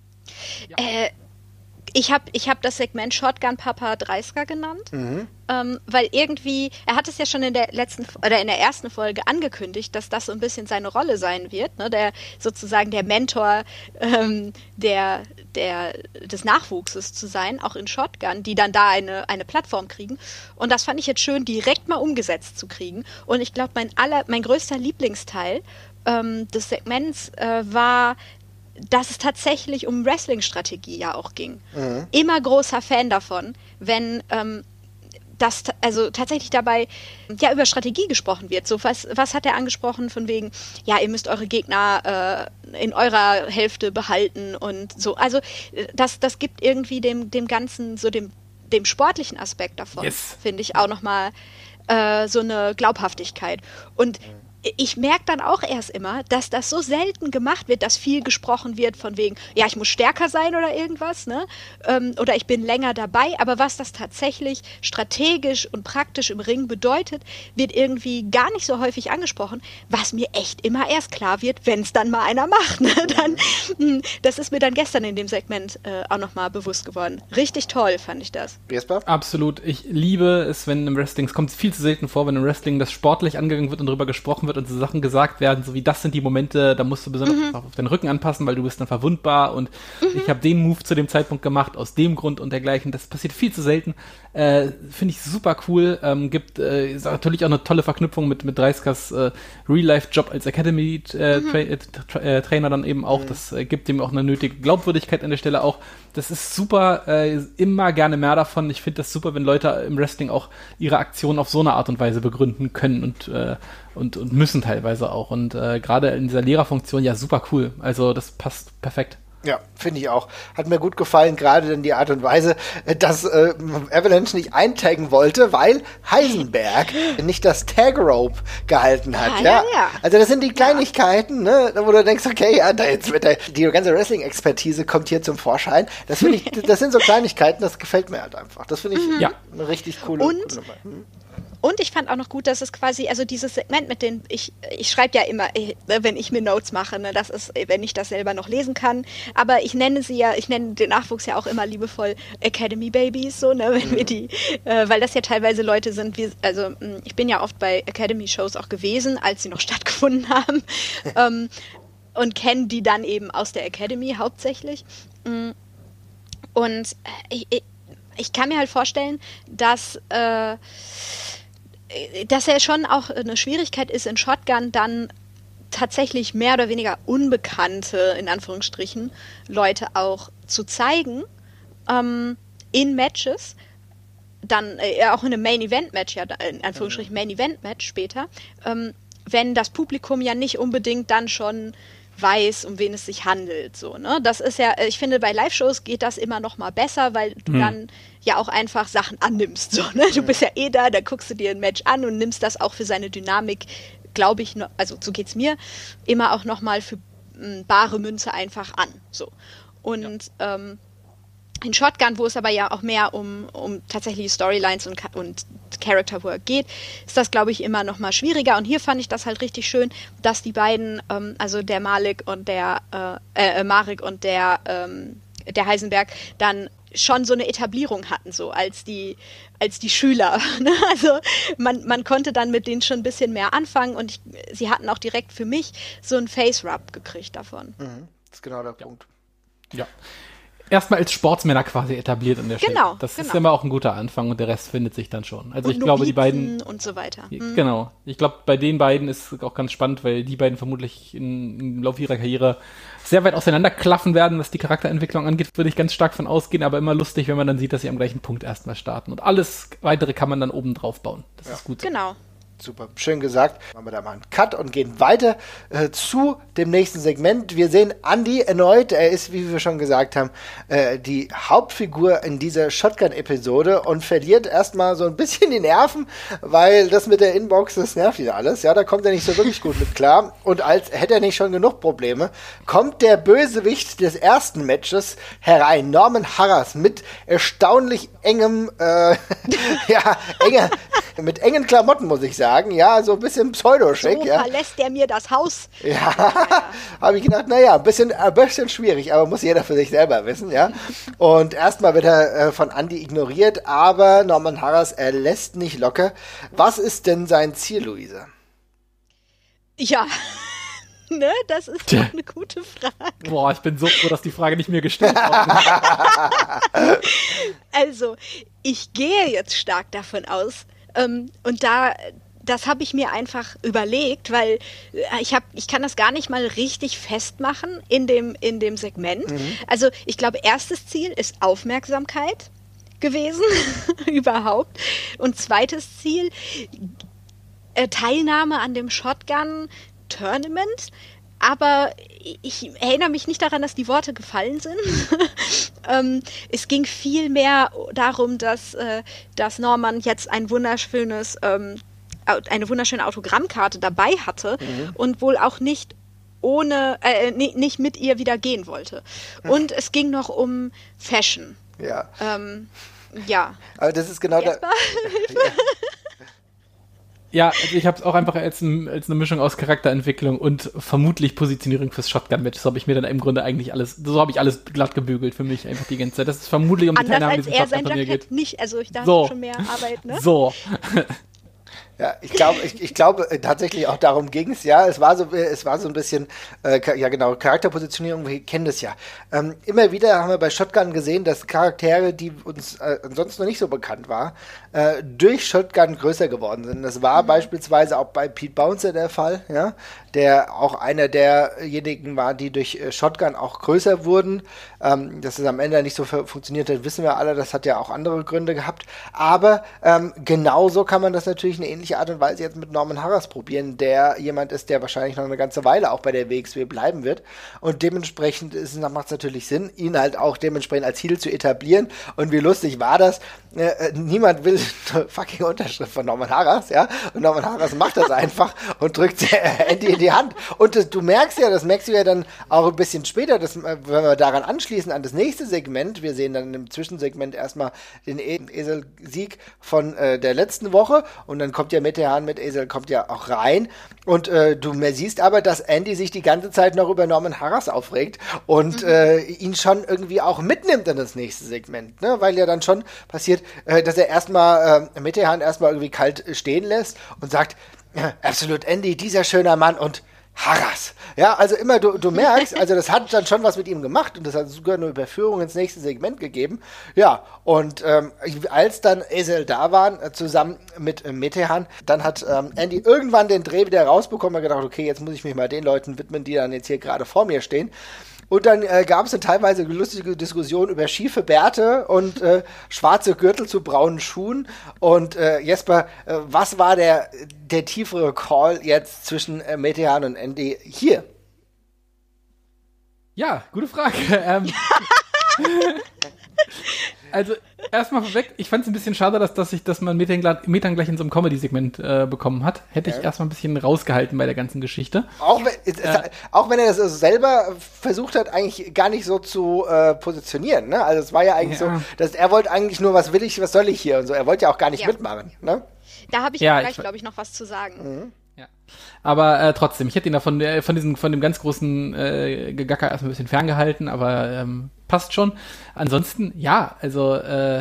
Ja. Äh, ich habe ich hab das Segment Shotgun Papa dreißiger genannt, mhm. ähm, weil irgendwie, er hat es ja schon in der letzten oder in der ersten Folge angekündigt, dass das so ein bisschen seine Rolle sein wird, ne? Der sozusagen der Mentor ähm, der, der, des Nachwuchses zu sein, auch in Shotgun, die dann da eine, eine Plattform kriegen. Und das fand ich jetzt schön, direkt mal umgesetzt zu kriegen. Und ich glaube, mein aller, mein größter Lieblingsteil ähm, des Segments äh, war, dass es tatsächlich um Wrestling-Strategie ja auch ging. Mhm. Immer großer Fan davon, wenn ähm, das t- also tatsächlich dabei ja über Strategie gesprochen wird. So was, was hat er angesprochen von wegen, ja, ihr müsst eure Gegner äh, in eurer Hälfte behalten und so. Also das, das gibt irgendwie dem, dem Ganzen, so dem, dem sportlichen Aspekt davon, yes. finde ich auch nochmal äh, so eine Glaubhaftigkeit. Und ich merke dann auch erst immer, dass das so selten gemacht wird, dass viel gesprochen wird von wegen, ja, ich muss stärker sein oder irgendwas, ne? Ähm, oder ich bin länger dabei. Aber was das tatsächlich strategisch und praktisch im Ring bedeutet, wird irgendwie gar nicht so häufig angesprochen, was mir echt immer erst klar wird, wenn es dann mal einer macht. Ne? Dann, mh, das ist mir dann gestern in dem Segment äh, auch nochmal bewusst geworden. Richtig toll fand ich das. Jesper? Absolut. Ich liebe es, wenn im Wrestling, es kommt viel zu selten vor, wenn im Wrestling das sportlich angegangen wird und darüber gesprochen wird und so Sachen gesagt werden, so wie das sind die Momente, da musst du besonders mhm. auf deinen Rücken anpassen, weil du bist dann verwundbar und mhm. ich habe den Move zu dem Zeitpunkt gemacht, aus dem Grund und dergleichen. Das passiert viel zu selten. Äh, Finde ich super cool. Ähm, gibt äh, ist natürlich auch eine tolle Verknüpfung mit, mit Dreiskers äh, Real-Life-Job als Academy-Trainer äh, mhm. tra- äh, Trainer dann eben auch. Mhm. Das äh, gibt ihm auch eine nötige Glaubwürdigkeit an der Stelle auch. Das ist super, äh, immer gerne mehr davon. Ich finde das super, wenn Leute im Wrestling auch ihre Aktionen auf so eine Art und Weise begründen können und äh, und, und müssen teilweise auch. Und äh, gerade in dieser Lehrerfunktion, ja, super cool. Also das passt perfekt. Ja, finde ich auch. Hat mir gut gefallen, gerade in die Art und Weise, dass äh, Avalanche nicht eintaggen wollte, weil Heisenberg nicht das Tag-Rope gehalten hat. Ja, ja, ja. Also das sind die Kleinigkeiten, ne, wo du denkst, okay, ja, da jetzt wird der, die ganze Wrestling-Expertise kommt hier zum Vorschein. Das finde ich, das sind so Kleinigkeiten, das gefällt mir halt einfach. Das finde ich mhm. ja. eine richtig coole, und coole Nummer. Hm? Und ich fand auch noch gut, dass es quasi, also dieses Segment mit den, ich, ich schreibe ja immer, wenn ich mir Notes mache, ne, das ist, wenn ich das selber noch lesen kann, aber ich nenne sie ja, ich nenne den Nachwuchs ja auch immer liebevoll Academy Babies, so, ne, wenn wir die, äh, weil das ja teilweise Leute sind, wie, also ich bin ja oft bei Academy-Shows auch gewesen, als sie noch stattgefunden haben, ähm, und kenne die dann eben aus der Academy hauptsächlich. Und ich, ich, ich kann mir halt vorstellen, dass, äh, dass ja schon auch eine Schwierigkeit ist, in Shotgun dann tatsächlich mehr oder weniger unbekannte, in Anführungsstrichen, Leute auch zu zeigen ähm, in Matches. dann äh, auch in einem Main-Event-Match, ja, in Anführungsstrichen Main-Event-Match später, ähm, wenn das Publikum ja nicht unbedingt dann schon weiß, um wen es sich handelt. So, ne? Das ist ja, ich finde, bei Live-Shows geht das immer noch mal besser, weil du hm. dann ja auch einfach Sachen annimmst. So, ne? Du bist ja eh da, da guckst du dir ein Match an und nimmst das auch für seine Dynamik, glaube ich, noch, also so geht's mir, immer auch noch mal für m, bare Münze einfach an. So. Und ja. ähm, in Shotgun, wo es aber ja auch mehr um, um tatsächliche Storylines und, und Character Work geht, ist das, glaube ich, immer noch mal schwieriger. Und hier fand ich das halt richtig schön, dass die beiden, ähm, also der Malik und der äh, äh, Marek und der, ähm, der Heisenberg, dann schon so eine Etablierung hatten, so als die, als die Schüler. Ne? Also man, man konnte dann mit denen schon ein bisschen mehr anfangen und ich, sie hatten auch direkt für mich so einen Face-Rub gekriegt davon. Mhm. Das ist genau der Punkt. Ja. Erstmal als Sportsmänner quasi etabliert an der Stelle. Genau. Das genau. ist immer auch ein guter Anfang und der Rest findet sich dann schon. Also und ich glaube, die beiden. Und so weiter. Mhm. Genau. Ich glaube, bei den beiden ist auch ganz spannend, weil die beiden vermutlich in, im Laufe ihrer Karriere sehr weit auseinanderklaffen werden, was die Charakterentwicklung angeht, würde ich ganz stark von ausgehen, aber immer lustig, wenn man dann sieht, dass sie am gleichen Punkt erstmal starten. Und alles weitere kann man dann oben drauf bauen. Das ja. ist gut. Genau. Super, schön gesagt. Machen wir da mal einen Cut und gehen weiter äh, zu dem nächsten Segment. Wir sehen Andy erneut. Er ist, wie wir schon gesagt haben, äh, die Hauptfigur in dieser Shotgun-Episode und verliert erstmal so ein bisschen die Nerven, weil das mit der Inbox, das nervt ihn alles. Ja, da kommt er nicht so wirklich gut mit klar. Und als hätte er nicht schon genug Probleme, kommt der Bösewicht des ersten Matches herein. Norman Harras mit erstaunlich engem, äh, ja, enger, mit engen Klamotten, muss ich sagen. Ja, so ein bisschen Pseudo-schick. So ja. verlässt er mir das Haus. Ja, ja. habe ich gedacht, naja, ein bisschen, ein bisschen schwierig, aber muss jeder für sich selber wissen, ja. Und erstmal wird er äh, von Andy ignoriert, aber Norman Harras, er lässt nicht locker. Was ist denn sein Ziel, Luise? Ja, ne, das ist doch eine gute Frage. Boah, ich bin so froh, dass die Frage nicht mehr gestellt wurde. Also, ich gehe jetzt stark davon aus, ähm, und da... Das habe ich mir einfach überlegt, weil ich hab, ich kann das gar nicht mal richtig festmachen in dem, in dem Segment. Mhm. Also ich glaube, erstes Ziel ist Aufmerksamkeit gewesen, überhaupt. Und zweites Ziel, äh, Teilnahme an dem Shotgun-Tournament. Aber ich erinnere mich nicht daran, dass die Worte gefallen sind. ähm, es ging viel mehr darum, dass, äh, dass Norman jetzt ein wunderschönes... Ähm, eine wunderschöne Autogrammkarte dabei hatte mhm. und wohl auch nicht ohne, äh, nicht mit ihr wieder gehen wollte. Und es ging noch um Fashion. Ja. Ähm, ja. Aber das ist genau der... Ja, also ich habe es auch einfach als, ein, als eine Mischung aus Charakterentwicklung und vermutlich Positionierung fürs Shotgun-Match. So habe ich mir dann im Grunde eigentlich alles, so habe ich alles glatt gebügelt für mich einfach die ganze Zeit. Das ist vermutlich um die Teilnahme an diesem Shotgun-Turnier geht. Nicht, also ich dachte so. schon mehr Arbeit, ne? So. Ja, ich glaube, ich, ich glaube äh, tatsächlich auch darum ging es, ja. Es war so, äh, es war so ein bisschen, äh, ja genau, Charakterpositionierung, wir kennen das ja. Ähm, immer wieder haben wir bei Shotgun gesehen, dass Charaktere, die uns äh, ansonsten noch nicht so bekannt waren, äh, durch Shotgun größer geworden sind. Das war mhm. beispielsweise auch bei Pete Bouncer der Fall, ja, der auch einer derjenigen war, die durch äh, Shotgun auch größer wurden. Ähm, dass es am Ende nicht so funktioniert hat, wissen wir alle, das hat ja auch andere Gründe gehabt. Aber ähm, genauso kann man das natürlich eine ähnliche Art und Weise jetzt mit Norman Harras probieren, der jemand ist, der wahrscheinlich noch eine ganze Weile auch bei der W X W bleiben wird. Und dementsprechend macht es natürlich Sinn, ihn halt auch dementsprechend als Heel zu etablieren. Und wie lustig war das? Äh, niemand will eine fucking Unterschrift von Norman Harras, ja? Und Norman Harras macht das einfach und drückt Andy in die Hand. Und das, du merkst ja, das merkst du ja dann auch ein bisschen später, dass, wenn wir daran anschließen, an das nächste Segment, wir sehen dann im Zwischensegment erstmal den Esel-Sieg von äh, der letzten Woche und dann kommt ja Metehan mit Esel, kommt ja auch rein und äh, du mehr siehst aber, dass Andy sich die ganze Zeit noch über Norman Harras aufregt und mhm. äh, ihn schon irgendwie auch mitnimmt in das nächste Segment, ne? Weil ja dann schon passiert, äh, dass er erstmal äh, Metehan erstmal irgendwie kalt stehen lässt und sagt, ja, absolut Andy, dieser schöner Mann und Harras. Ja, also immer, du, du merkst, also das hat dann schon was mit ihm gemacht und das hat sogar eine Überführung ins nächste Segment gegeben. Ja, und ähm, als dann Esel da waren, äh, zusammen mit äh, Metehan, dann hat ähm, Andy irgendwann den Dreh wieder rausbekommen und gedacht, okay, jetzt muss ich mich mal den Leuten widmen, die dann jetzt hier gerade vor mir stehen. Und dann äh, gab es eine teilweise lustige Diskussion über schiefe Bärte und äh, schwarze Gürtel zu braunen Schuhen. Und äh, Jesper, äh, was war der, der tiefere Call jetzt zwischen äh, Metehan und Andy hier? Ja, gute Frage. ähm, also, erstmal vorweg, ich fand es ein bisschen schade, dass, dass, ich, dass man Methan, Methan gleich in so einem Comedy-Segment äh, bekommen hat. Hätte ich ja. erstmal ein bisschen rausgehalten bei der ganzen Geschichte. Auch wenn, es, äh, es, auch wenn er das also selber versucht hat, eigentlich gar nicht so zu äh, positionieren. Ne? Also es war ja eigentlich ja. so, dass er wollte eigentlich nur, was will ich, was soll ich hier und so. Er wollte ja auch gar nicht ja. mitmachen. Ne? Da habe ich ja, gleich, glaube ich, noch was zu sagen. Mhm. Ja. Aber äh, trotzdem, ich hätte ihn da von, der, von, diesen, von dem ganz großen äh, Gegacker erstmal ein bisschen ferngehalten, aber ähm, passt schon. Ansonsten, ja, also äh,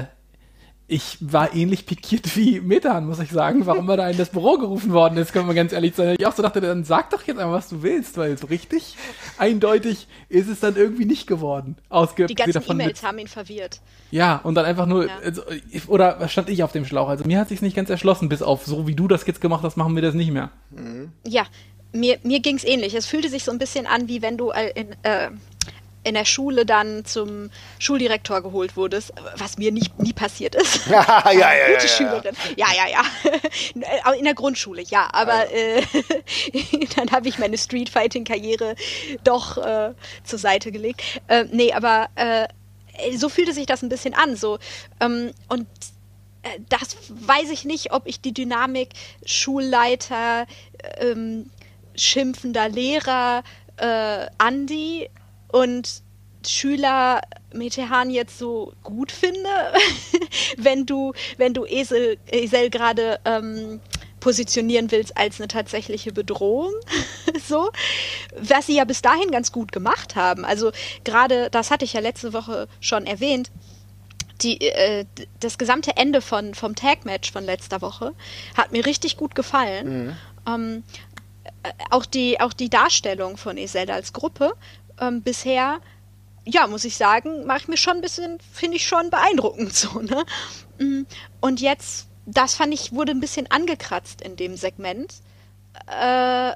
ich war ähnlich pikiert wie Methan, muss ich sagen, warum er da in das Büro gerufen worden ist, können wir ganz ehrlich sein. Ich auch so dachte, dann sag doch jetzt einfach, was du willst, weil so richtig eindeutig ist es dann irgendwie nicht geworden. Die ganzen E-Mails haben ihn verwirrt. Ja, und dann einfach nur, ja. also, oder stand ich auf dem Schlauch? Also mir hat sich's nicht ganz erschlossen, bis auf so wie du das jetzt gemacht hast, machen wir das nicht mehr. Mhm. Ja, mir, mir ging's ähnlich. Es fühlte sich so ein bisschen an, wie wenn du in, äh, in der Schule dann zum Schuldirektor geholt wurdest, was mir nicht, nie passiert ist. Ja, ja, ja, ja, Gute ja, Schülerin. Ja, ja, ja. In der Grundschule, ja. Aber ja. Äh, dann habe ich meine Streetfighting-Karriere doch äh, zur Seite gelegt. Äh, nee, aber äh, so fühlte sich das ein bisschen an. So. Ähm, und äh, das weiß ich nicht, ob ich die Dynamik Schulleiter, ähm, schimpfender Lehrer, äh, Andi und Schüler Metehan jetzt so gut finde, wenn du, wenn du Esel, Esel gerade ähm, positionieren willst als eine tatsächliche Bedrohung, so, was sie ja bis dahin ganz gut gemacht haben. Also gerade, das hatte ich ja letzte Woche schon erwähnt, die, äh, das gesamte Ende von, vom Tag-Match von letzter Woche hat mir richtig gut gefallen. Mhm. Ähm, äh, auch, die, auch die Darstellung von Esel als Gruppe ähm, bisher, ja, muss ich sagen, mache ich mir schon ein bisschen, finde ich schon beeindruckend so, ne? Und jetzt, das fand ich, wurde ein bisschen angekratzt in dem Segment, äh,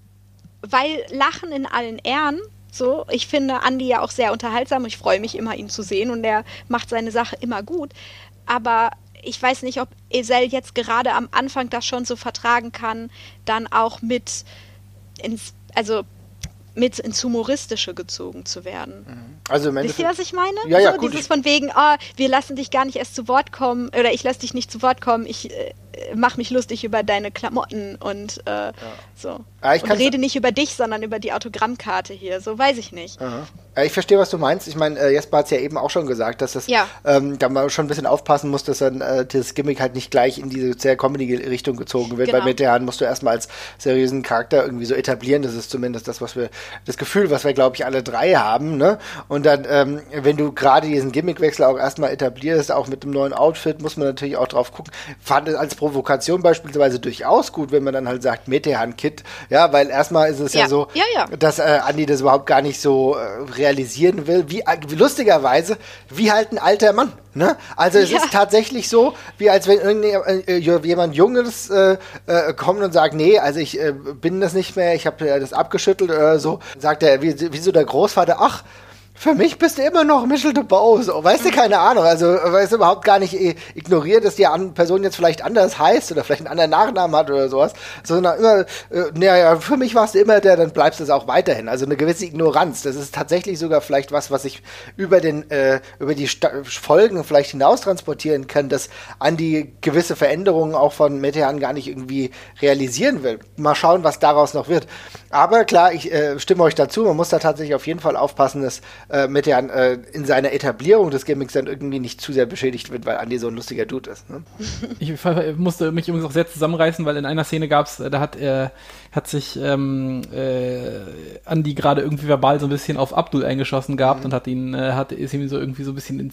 weil Lachen in allen Ehren, so, ich finde Andi ja auch sehr unterhaltsam, ich freue mich immer, ihn zu sehen und er macht seine Sache immer gut, aber ich weiß nicht, ob Esel jetzt gerade am Anfang das schon so vertragen kann, dann auch mit ins, also mit ins Humoristische gezogen zu werden. Also im Wisst ihr, was ich meine? Ja, ja, so, gut. Dieses von wegen, oh, wir lassen dich gar nicht erst zu Wort kommen, oder ich lasse dich nicht zu Wort kommen, ich äh, mach mich lustig über deine Klamotten und äh, ja. so. Ja, ich und rede nicht über dich, sondern über die Autogrammkarte hier, so weiß ich nicht. Aha. Ja, ich verstehe, was du meinst. Ich meine, äh, Jesper hat es ja eben auch schon gesagt, dass das ja. ähm, da man schon ein bisschen aufpassen muss, dass dann äh, das Gimmick halt nicht gleich in diese sehr Comedy-Richtung gezogen wird. Genau. Bei Metehan musst du erstmal als seriösen Charakter irgendwie so etablieren. Das ist zumindest das, was wir, das Gefühl, was wir, glaube ich, alle drei haben, ne? Und dann, ähm, wenn du gerade diesen Gimmickwechsel auch erstmal etablierst, auch mit dem neuen Outfit, muss man natürlich auch drauf gucken. Fand es als Provokation beispielsweise durchaus gut, wenn man dann halt sagt, Metehan-Kid, ja, weil erstmal ist es ja, ja so, ja, ja. dass äh, Andi das überhaupt gar nicht so äh, realisieren will, wie, wie lustigerweise, wie halt ein alter Mann, ne? Also es ja. ist tatsächlich so, wie als wenn irgendjemand äh, Junges äh, äh, kommt und sagt, nee, also ich äh, bin das nicht mehr, ich habe äh, das abgeschüttelt oder so, sagt er, wie, wie so der Großvater, ach, für mich bist du immer noch Michel de Bow. So, weißt du, keine Ahnung. Also, weißt du, überhaupt gar nicht äh, ignoriert, dass die an Person jetzt vielleicht anders heißt oder vielleicht einen anderen Nachnamen hat oder sowas. Sondern immer, äh, naja, für mich warst du immer der, dann bleibst du es auch weiterhin. Also eine gewisse Ignoranz. Das ist tatsächlich sogar vielleicht was, was ich über den, äh, über die Sta- Folgen vielleicht hinaus transportieren kann, dass Andi gewisse Veränderungen auch von Metehan gar nicht irgendwie realisieren will. Mal schauen, was daraus noch wird. Aber klar, ich äh, stimme euch dazu. Man muss da tatsächlich auf jeden Fall aufpassen, dass Äh, Metehan äh, in seiner Etablierung des Gimmicks dann irgendwie nicht zu sehr beschädigt wird, weil Andi so ein lustiger Dude ist. Ne? Ich musste mich übrigens auch sehr zusammenreißen, weil in einer Szene gab's, da hat er, hat sich ähm, äh, Andi gerade irgendwie verbal so ein bisschen auf Abdul eingeschossen gehabt mhm. und hat ihn, äh, hat, ist ihm so irgendwie so ein bisschen ins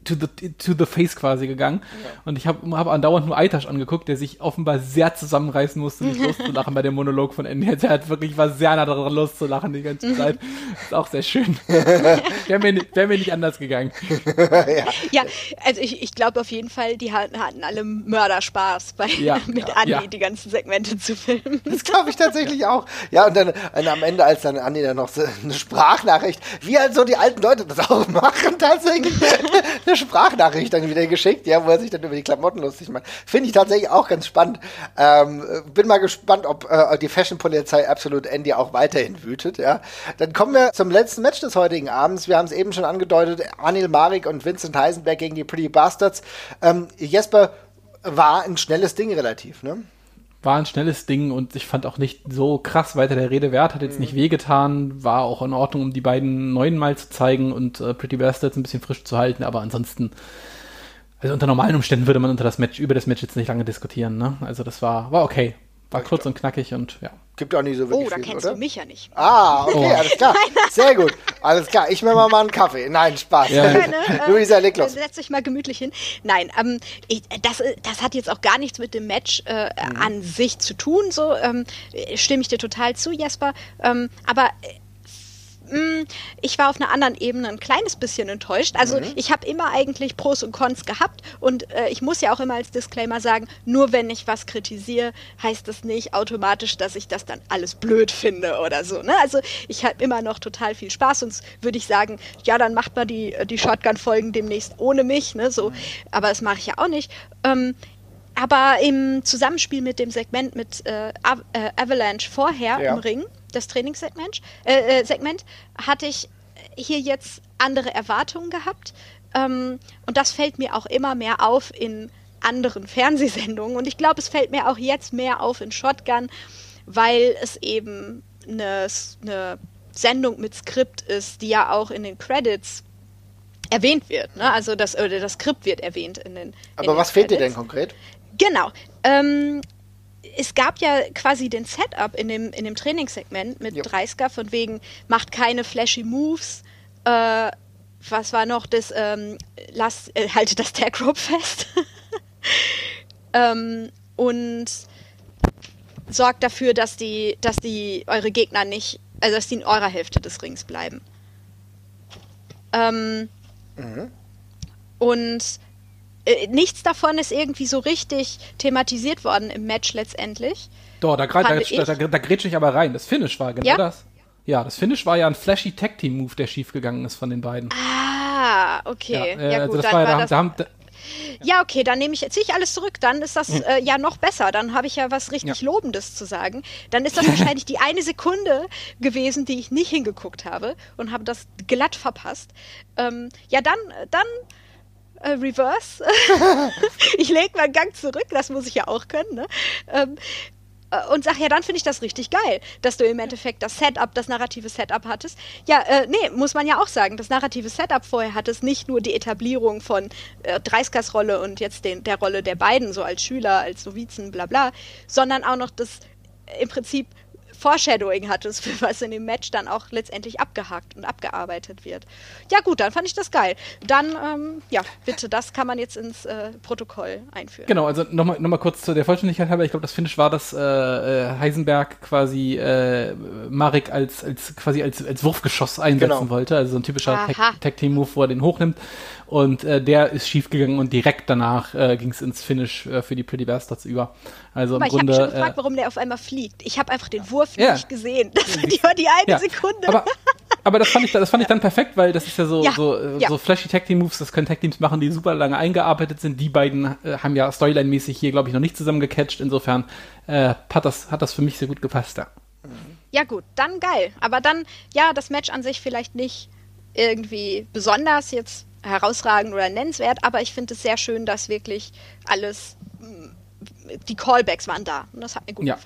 to the, to the face quasi gegangen. Ja. Und ich habe hab andauernd nur Aitash angeguckt, der sich offenbar sehr zusammenreißen musste, nicht loszulachen bei dem Monolog von Andy. Der hat wirklich, war sehr nah daran loszulachen die ganze Zeit. Ist auch sehr schön. Wäre mir, wär mir nicht anders gegangen. ja. ja, also ich, ich glaube auf jeden Fall, die hatten, hatten alle Mörderspaß bei, ja, mit ja, Andi, ja. die ganzen Segmente zu filmen. Das glaube ich tatsächlich auch. Ja, und dann und am Ende, als dann Andi dann noch so eine Sprachnachricht, wie halt so die alten Leute das auch machen, tatsächlich eine Sprachnachricht dann wieder geschickt, ja, wo er sich dann über die Klamotten lustig macht. Finde ich tatsächlich auch ganz spannend. Ähm, bin mal gespannt, ob äh, die Fashion-Polizei absolut Andy auch weiterhin wütet, ja. Dann kommen wir zum letzten Match des heutigen Abends. Wir haben es eben schon angedeutet, Anil Marik und Vincent Heisenberg gegen die Pretty Bastards. Ähm, Jesper, war ein schnelles Ding relativ, ne? War ein schnelles Ding und ich fand auch nicht so krass weiter der Rede wert, hat jetzt mhm. nicht wehgetan, war auch in Ordnung, um die beiden neuen mal zu zeigen und äh, Pretty Bastards ein bisschen frisch zu halten, aber ansonsten, also unter normalen Umständen würde man unter das Match, über das Match jetzt nicht lange diskutieren, ne? Also das war, war okay. War ja, kurz und knackig und ja. Gibt auch nicht so wirklich Oh, da viel, kennst oder? du mich ja nicht. Ah, okay, oh. alles klar. Sehr gut. Alles klar. Ich mir mal mal einen Kaffee. Nein, Spaß. Ja. Ne, Luisa, leg los. Setz dich mal gemütlich hin. Nein, ähm, ich, das, das hat jetzt auch gar nichts mit dem Match äh, mhm. an sich zu tun. So ähm, stimme ich dir total zu, Jesper. Ähm, aber ich war auf einer anderen Ebene ein kleines bisschen enttäuscht. Also mhm. ich habe immer eigentlich Pros und Cons gehabt und äh, ich muss ja auch immer als Disclaimer sagen, nur wenn ich was kritisiere, heißt das nicht automatisch, dass ich das dann alles blöd finde oder so. Ne? Also ich habe immer noch total viel Spaß, sonst würde ich sagen, ja, dann macht man die, die Shotgun-Folgen demnächst ohne mich. Ne? So. Mhm. Aber das mache ich ja auch nicht. Ähm, aber im Zusammenspiel mit dem Segment mit äh, Av- äh, Avalanche vorher ja. im Ring, das Trainingssegment, äh, äh, Segment, hatte ich hier jetzt andere Erwartungen gehabt. Ähm, und das fällt mir auch immer mehr auf in anderen Fernsehsendungen. Und ich glaube, es fällt mir auch jetzt mehr auf in Shotgun, weil es eben eine, eine Sendung mit Skript ist, die ja auch in den Credits erwähnt wird. Ne? Also das, oder das Skript wird erwähnt in den Aber in was den fehlt dir Credits. denn konkret? Genau. Ähm, es gab ja quasi den Setup in dem, in dem Trainingssegment mit jo. Dreisker, von wegen, macht keine flashy Moves. Äh, was war noch das, ähm, lasst, äh, haltet das Tag Rope fest. ähm, und sorgt dafür, dass die, dass die eure Gegner nicht, also dass die in eurer Hälfte des Rings bleiben. Ähm, mhm. Und äh, nichts davon ist irgendwie so richtig thematisiert worden im Match letztendlich. Doch, da, da, da, da, da grätsche ich aber rein. Das Finish war genau ja? das. Ja, das Finish war ja ein flashy Tag-Team-Move, der schief gegangen ist von den beiden. Ah, okay. Ja, äh, ja gut, also das dann war, war da, das... Da haben, da, ja, okay, dann nehme ich, ziehe ich alles zurück, dann ist das äh, ja noch besser, dann habe ich ja was richtig ja. Lobendes zu sagen. Dann ist das wahrscheinlich die eine Sekunde gewesen, die ich nicht hingeguckt habe und habe das glatt verpasst. Ähm, ja, dann, dann äh, Reverse. Ich lege mal einen Gang zurück, das muss ich ja auch können, ne? Ähm, und sag, ja, dann finde ich das richtig geil, dass du im Endeffekt das Setup, das narrative Setup hattest. Ja, äh, nee, muss man ja auch sagen, das narrative Setup vorher hattest nicht nur die Etablierung von äh, Dreiskers Rolle und jetzt den, der Rolle der beiden, so als Schüler, als Novizen, bla bla, sondern auch noch das äh, im Prinzip Foreshadowing hattest, für was in dem Match dann auch letztendlich abgehakt und abgearbeitet wird. Ja gut, dann fand ich das geil. Dann, ähm, ja, bitte, das kann man jetzt ins äh, Protokoll einführen. Genau, also nochmal noch mal kurz zu der Vollständigkeit halber. Ich glaube, das Finish war, dass äh, Heisenberg quasi äh, Marik als, als quasi als, als Wurfgeschoss einsetzen genau. wollte. Also so ein typischer Tag-Team-Move, wo er den hochnimmt. Und äh, der ist schief gegangen und direkt danach äh, ging es ins Finish äh, für die Pretty Bastards über. Also im ich Grunde, ich habe schon gefragt, äh, warum der auf einmal fliegt. Ich habe einfach den Wurf ja. nicht gesehen. Das war die, die eine ja. Sekunde. Aber, aber das fand ich, das fand ich dann perfekt, weil das ist ja so, ja. so, äh, ja. so flashy Tag-Team-Moves, das können Tag-Teams machen, die super lange eingearbeitet sind. Die beiden äh, haben ja Storyline-mäßig hier, glaube ich, noch nicht zusammen gecatcht. Insofern äh, hat, das, hat das für mich sehr gut gepasst, ja. Ja gut, dann geil. Aber dann, ja, das Match an sich vielleicht nicht irgendwie besonders jetzt herausragend oder nennenswert, aber ich finde es sehr schön, dass wirklich alles, die Callbacks waren da und das hat mir gut ja. gefallen.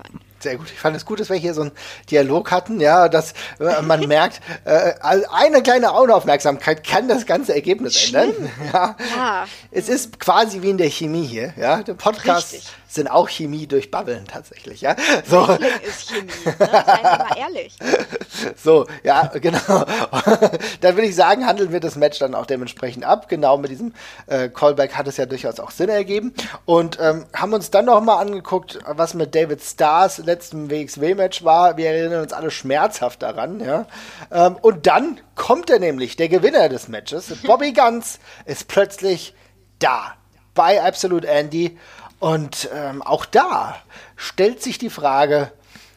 sehr gut. Ich fand es gut, dass wir hier so einen Dialog hatten, ja, dass äh, man merkt, äh, eine kleine Augenaufmerksamkeit kann das ganze Ergebnis ändern. Ja. ja. Es ist quasi wie in der Chemie hier, ja. Der Podcast Richtig. Sind auch Chemie durch Babbeln tatsächlich, ja. So. ist Chemie, ne? Seien wir mal ehrlich. So, ja, genau. Dann würde ich sagen, handeln wir das Match dann auch dementsprechend ab. Genau mit diesem äh, Callback hat es ja durchaus auch Sinn ergeben. Und ähm, haben uns dann noch mal angeguckt, was mit David Starrs letztem W X W-Match war. Wir erinnern uns alle schmerzhaft daran, ja. Ähm, und dann kommt er nämlich, der Gewinner des Matches. Bobby Guns ist plötzlich da bei Absolute Andy. Und ähm, auch da stellt sich die Frage,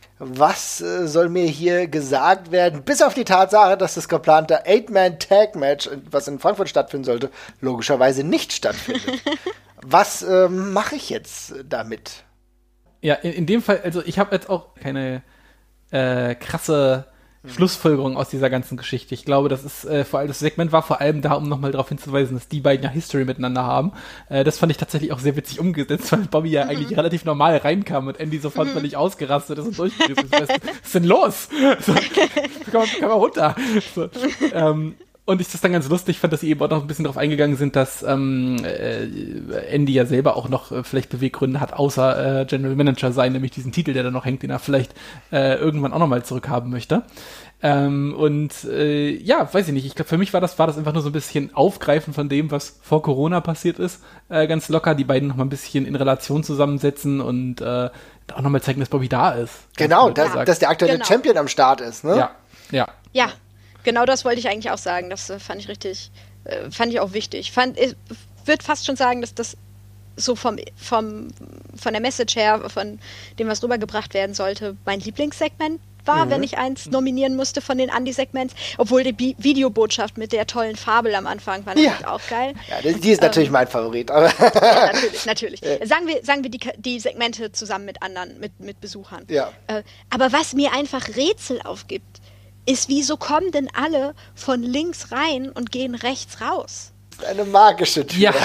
was äh, soll mir hier gesagt werden? Bis auf die Tatsache, dass das geplante Eight-Man-Tag-Match, was in Frankfurt stattfinden sollte, logischerweise nicht stattfindet. Was äh, mache ich jetzt damit? Ja, in, in dem Fall, also ich habe jetzt auch keine äh, krasse Schlussfolgerung aus dieser ganzen Geschichte. Ich glaube, das ist äh, vor allem, das Segment war vor allem da, um nochmal darauf hinzuweisen, dass die beiden ja History miteinander haben. Äh, das fand ich tatsächlich auch sehr witzig umgesetzt, weil Bobby ja mhm. eigentlich relativ normal reinkam und Andy sofort mhm. völlig ausgerastet ist und durchgerissen ist. Was ist denn los? So, komm, komm mal runter. So, ähm, Und ich das dann ganz lustig fand, dass sie eben auch noch ein bisschen darauf eingegangen sind, dass ähm, äh, Andy ja selber auch noch äh, vielleicht Beweggründe hat, außer äh, General Manager sein, nämlich diesen Titel, der da noch hängt, den er vielleicht äh, irgendwann auch nochmal zurückhaben möchte. Ähm, und äh, ja, weiß ich nicht, ich glaube, für mich war das war das einfach nur so ein bisschen Aufgreifen von dem, was vor Corona passiert ist, äh, ganz locker, die beiden nochmal ein bisschen in Relation zusammensetzen und äh, auch nochmal zeigen, dass Bobby da ist. Genau, dass, dass der aktuelle genau. Champion am Start ist, ne? Ja, ja. Ja. Genau das wollte ich eigentlich auch sagen. Das äh, fand ich richtig, äh, fand ich auch wichtig. Fand, ich würde fast schon sagen, dass das so vom, vom, von der Message her, von dem, was rübergebracht werden sollte, mein Lieblingssegment war, mhm. wenn ich eins nominieren musste von den Andy-Segments. Obwohl die Bi- Videobotschaft mit der tollen Fabel am Anfang war natürlich ja. auch geil. Ja, die, die ist natürlich ähm, mein Favorit. Aber ja, natürlich, natürlich. Ja. Sagen wir, sagen wir die, die Segmente zusammen mit anderen, mit, mit Besuchern. Ja. Äh, aber was mir einfach Rätsel aufgibt, ist, wieso kommen denn alle von links rein und gehen rechts raus? Eine magische Tür. Ja.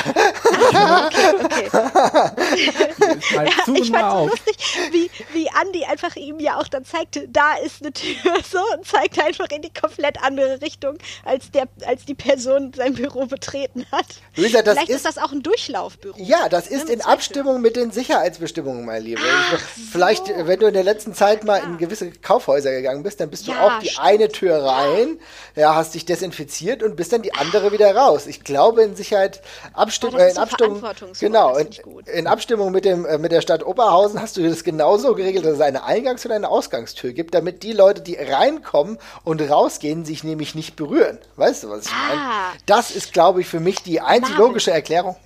okay, okay. Halt ja, ich fand es lustig, wie, wie Andy einfach ihm ja auch dann zeigte, da ist eine Tür so und zeigt einfach in die komplett andere Richtung, als, der, als die Person sein Büro betreten hat. Luisa, das Vielleicht ist, ist das auch ein Durchlaufbüro. Ja, das ist in Abstimmung mit den Sicherheitsbestimmungen, mein Lieber. Ach, Vielleicht, so. wenn du in der letzten Zeit mal ja. in gewisse Kaufhäuser gegangen bist, dann bist du ja, auch die stimmt. eine Tür rein, ja, hast dich desinfiziert und bist dann die andere wieder raus. Ich glaube, in Sicherheit Abstimmung, oh, äh, in Abstimmung, genau, in, in Abstimmung mit dem äh, mit der Stadt Oberhausen hast du das genauso geregelt, dass es eine Eingangs- und eine Ausgangstür gibt, damit die Leute, die reinkommen und rausgehen, sich nämlich nicht berühren. Weißt du, was ich ah. meine? Das ist, glaube ich, für mich die einzig logische Erklärung.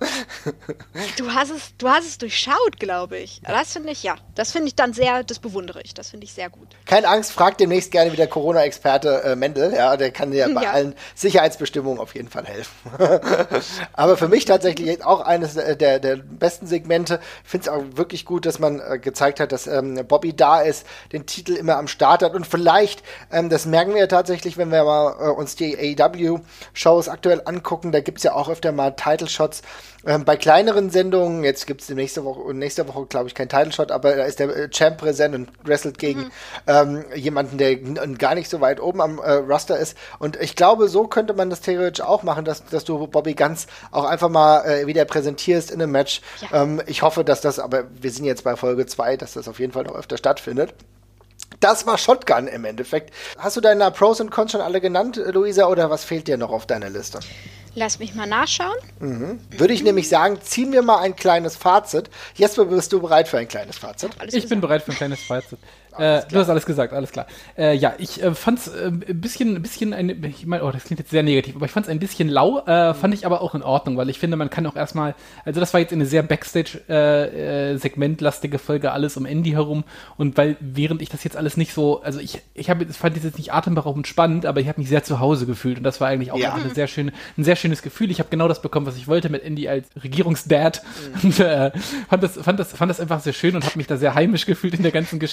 Du hast es, du hast es durchschaut, glaube ich. Das finde ich, ja, das finde ich dann sehr, das bewundere ich, das finde ich sehr gut. Keine Angst, frag demnächst gerne wieder Corona-Experte äh, Mendel, ja, der kann dir bei ja. allen Sicherheitsbestimmungen auf jeden Fall helfen. Aber für mich tatsächlich auch eines der, der besten Segmente. Ich finde es auch wirklich gut, dass man äh, gezeigt hat, dass ähm, Bobby da ist, den Titel immer am Start hat und vielleicht, ähm, das merken wir ja tatsächlich, wenn wir mal äh, uns die A E W-Shows aktuell angucken, da gibt es ja auch öfter mal Title-Shots. Ähm, bei kleineren Sendungen, jetzt gibt es nächste Woche, nächste Woche glaube ich kein Title-Shot, aber da ist der äh, Champ präsent und wrestelt gegen mhm. ähm, jemanden, der n- gar nicht so weit oben am äh, Roster ist. Und ich glaube, so könnte man das theoretisch auch machen, dass, dass du Bobby Guns auch einfach mal äh, wieder präsentierst in einem Match. Ja. Ähm, ich hoffe, dass das, aber wir sind jetzt bei Folge zwei, dass das auf jeden Fall noch öfter stattfindet. Das war Shotgun im Endeffekt. Hast du deine Pros und Cons schon alle genannt, Luisa, oder was fehlt dir noch auf deiner Liste? Lass mich mal nachschauen. Mhm. Würde ich nämlich sagen, ziehen wir mal ein kleines Fazit. Jesper, bist du bereit für ein kleines Fazit? Ich gesagt. bin bereit für ein kleines Fazit. Äh, du hast alles gesagt, alles klar. Äh, ja, ich äh, fand's äh, ein bisschen, ein bisschen, ein, ich meine, oh, das klingt jetzt sehr negativ, aber ich fand's ein bisschen lau, äh, fand ich aber auch in Ordnung, weil ich finde, man kann auch erstmal, also das war jetzt eine sehr Backstage-Segmentlastige äh, äh, Folge, alles um Andy herum, und weil, während ich das jetzt alles nicht so, also ich, ich habe, ich fand das jetzt nicht atemberaubend spannend, aber ich habe mich sehr zu Hause gefühlt, und das war eigentlich auch ja. eine sehr schöne, ein sehr schönes Gefühl. Ich habe genau das bekommen, was ich wollte mit Andy als Regierungsdad, mhm. und äh, fand das, fand das, fand das einfach sehr schön und habe mich da sehr heimisch gefühlt in der ganzen Geschichte. Der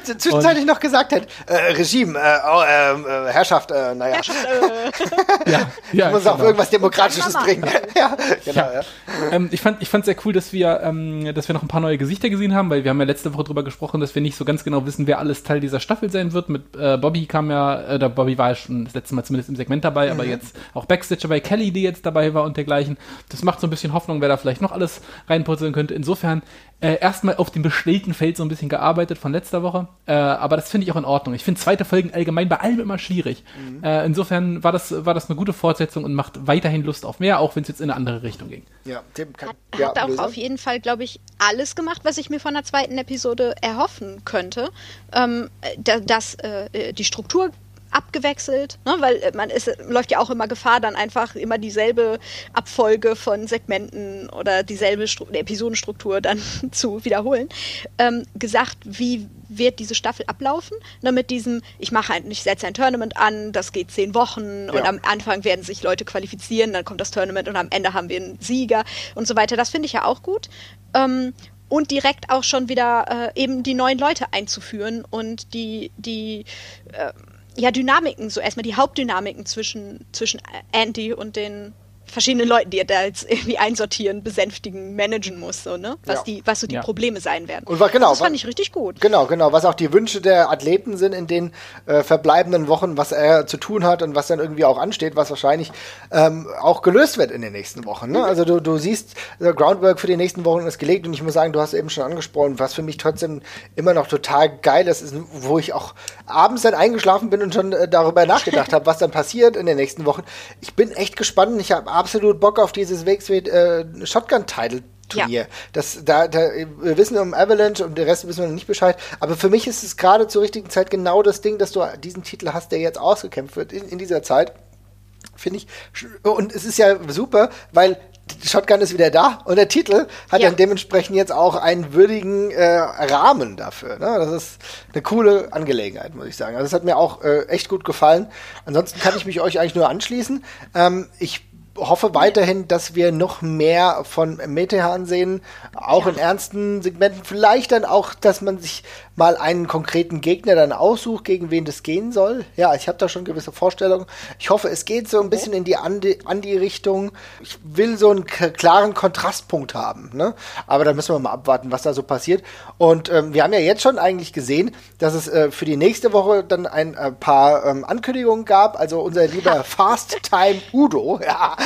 zwischenzeitlich noch gesagt hätte, äh, Regime, äh, oh, äh, Herrschaft, äh, naja. Herrschaft, äh. ja, ja, muss genau. auf irgendwas Demokratisches bringen. ja, genau, ja. Ja. Ähm, ich fand, ich fand sehr cool, dass wir, ähm, dass wir noch ein paar neue Gesichter gesehen haben, weil wir haben ja letzte Woche drüber gesprochen, dass wir nicht so ganz genau wissen, wer alles Teil dieser Staffel sein wird. Mit äh, Bobby kam ja, äh, Bobby war ja schon das letzte Mal zumindest im Segment dabei, mhm. aber jetzt auch Backstage dabei, Kelly, die jetzt dabei war und dergleichen. Das macht so ein bisschen Hoffnung, wer da vielleicht noch alles reinputzeln könnte. Insofern äh, erstmal auf dem bestellten Feld so ein bisschen gearbeitet von letzter Woche, äh, aber das finde ich auch in Ordnung. Ich finde zweite Folgen allgemein bei allem immer schwierig. Mhm. Äh, insofern war das, war das eine gute Fortsetzung und macht weiterhin Lust auf mehr, auch wenn es jetzt in eine andere Richtung ging. Ja, Tim kann, hat, ja, hat auch Löser. Auf jeden Fall, glaube ich, alles gemacht, was ich mir von der zweiten Episode erhoffen könnte. Ähm, da, dass äh, die Struktur abgewechselt, ne? Weil man ist, läuft ja auch immer Gefahr, dann einfach immer dieselbe Abfolge von Segmenten oder dieselbe Stru- Episodenstruktur dann zu wiederholen. Ähm, gesagt, wie wird diese Staffel ablaufen? Ne, mit diesem, ich mache ein, ich setze ein Tournament an, das geht zehn Wochen ja. und am Anfang werden sich Leute qualifizieren, dann kommt das Tournament und am Ende haben wir einen Sieger und so weiter. Das finde ich ja auch gut. Ähm, und direkt auch schon wieder äh, eben die neuen Leute einzuführen und die, die äh, ja, Dynamiken, so erstmal die Hauptdynamiken zwischen, zwischen Andy und den verschiedenen Leuten, die er da jetzt irgendwie einsortieren, besänftigen, managen muss, so, ne? Was, ja. die, was so die ja. Probleme sein werden. Und war, genau, das fand ich richtig gut. Genau, genau. Was auch die Wünsche der Athleten sind in den äh, verbleibenden Wochen, was er zu tun hat und was dann irgendwie auch ansteht, was wahrscheinlich ähm, auch gelöst wird in den nächsten Wochen. Ne? Mhm. Also du, du siehst, der Groundwork für die nächsten Wochen ist gelegt und ich muss sagen, du hast eben schon angesprochen, was für mich trotzdem immer noch total geil ist, ist wo ich auch abends dann eingeschlafen bin und schon äh, darüber nachgedacht habe, was dann passiert in den nächsten Wochen. Ich bin echt gespannt. Ich habe absolut Bock auf dieses W X W äh, Shotgun-Title-Turnier. Ja. Das, da, da, wir wissen um Avalanche und den Rest wissen wir noch nicht Bescheid, aber für mich ist es gerade zur richtigen Zeit genau das Ding, dass du diesen Titel hast, der jetzt ausgekämpft wird in, in dieser Zeit. Finde ich, und es ist ja super, weil Shotgun ist wieder da und der Titel hat ja. dann dementsprechend jetzt auch einen würdigen äh, Rahmen dafür. Ne? Das ist eine coole Angelegenheit, muss ich sagen. Also das hat mir auch äh, echt gut gefallen. Ansonsten kann ich mich euch eigentlich nur anschließen. Ähm, ich hoffe weiterhin, dass wir noch mehr von Metehan sehen, auch ja. in ernsten Segmenten. Vielleicht dann auch, dass man sich mal einen konkreten Gegner dann aussucht, gegen wen das gehen soll. Ja, ich habe da schon gewisse Vorstellungen. Ich hoffe, es geht so ein bisschen in die Andi-Richtung. Ich will so einen k- klaren Kontrastpunkt haben, ne? Aber da müssen wir mal abwarten, was da so passiert. Und ähm, wir haben ja jetzt schon eigentlich gesehen, dass es äh, für die nächste Woche dann ein äh, paar ähm, Ankündigungen gab. Also unser lieber Fast Time Udo, ja,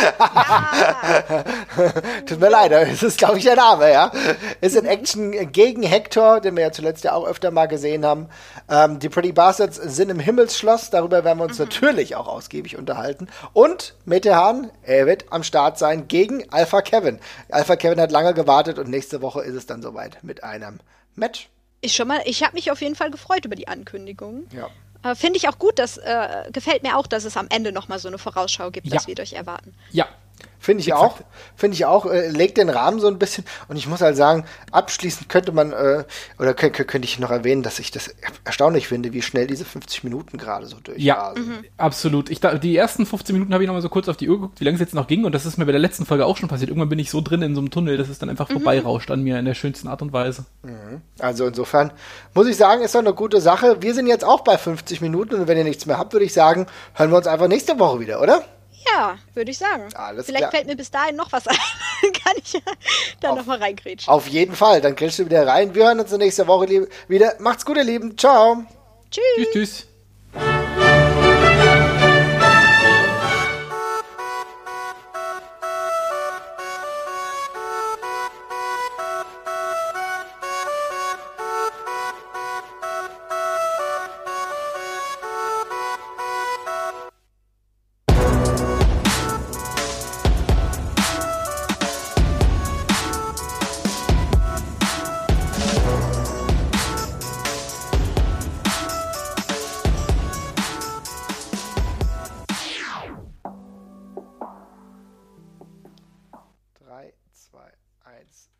ja. Tut mir leid, das ist, glaube ich, der Name, ja. Ist in Action gegen Hector, den wir ja zuletzt ja auch öfter mal gesehen haben. Ähm, die Pretty Bastards sind im Himmelsschloss, darüber werden wir uns mhm. natürlich auch ausgiebig unterhalten. Und Metehan, er wird am Start sein gegen Alpha Kevin. Alpha Kevin hat lange gewartet und nächste Woche ist es dann soweit mit einem Match. Ich schon mal, ich habe mich auf jeden Fall gefreut über die Ankündigung. Ja. Äh, Finde ich auch gut, dass, äh, gefällt mir auch, dass es am Ende nochmal so eine Vorausschau gibt, ja. was wir durch erwarten. Ja. Finde ich auch, finde ich auch, äh, legt den Rahmen so ein bisschen und ich muss halt sagen, abschließend könnte man, äh, oder k- k- könnte ich noch erwähnen, dass ich das erstaunlich finde, wie schnell diese fünfzig Minuten gerade so durch Ja, mhm. absolut. Ich, da, die ersten fünfzehn Minuten habe ich noch mal so kurz auf die Uhr geguckt, wie lange es jetzt noch ging und das ist mir bei der letzten Folge auch schon passiert. Irgendwann bin ich so drin in so einem Tunnel, dass es dann einfach mhm. vorbeirauscht an mir in der schönsten Art und Weise. Mhm. Also insofern muss ich sagen, ist doch eine gute Sache. Wir sind jetzt auch bei fünfzig Minuten und wenn ihr nichts mehr habt, würde ich sagen, hören wir uns einfach nächste Woche wieder, oder? Ja, würde ich sagen. Alles Vielleicht klar. fällt mir bis dahin noch was ein. Dann kann ich ja da nochmal reingrätschen. Auf jeden Fall. Dann grätschst du wieder rein. Wir hören uns nächste Woche lieb- wieder. Macht's gut, ihr Lieben. Ciao. Tschüss. Tschüss, tschüss. drei, zwei, eins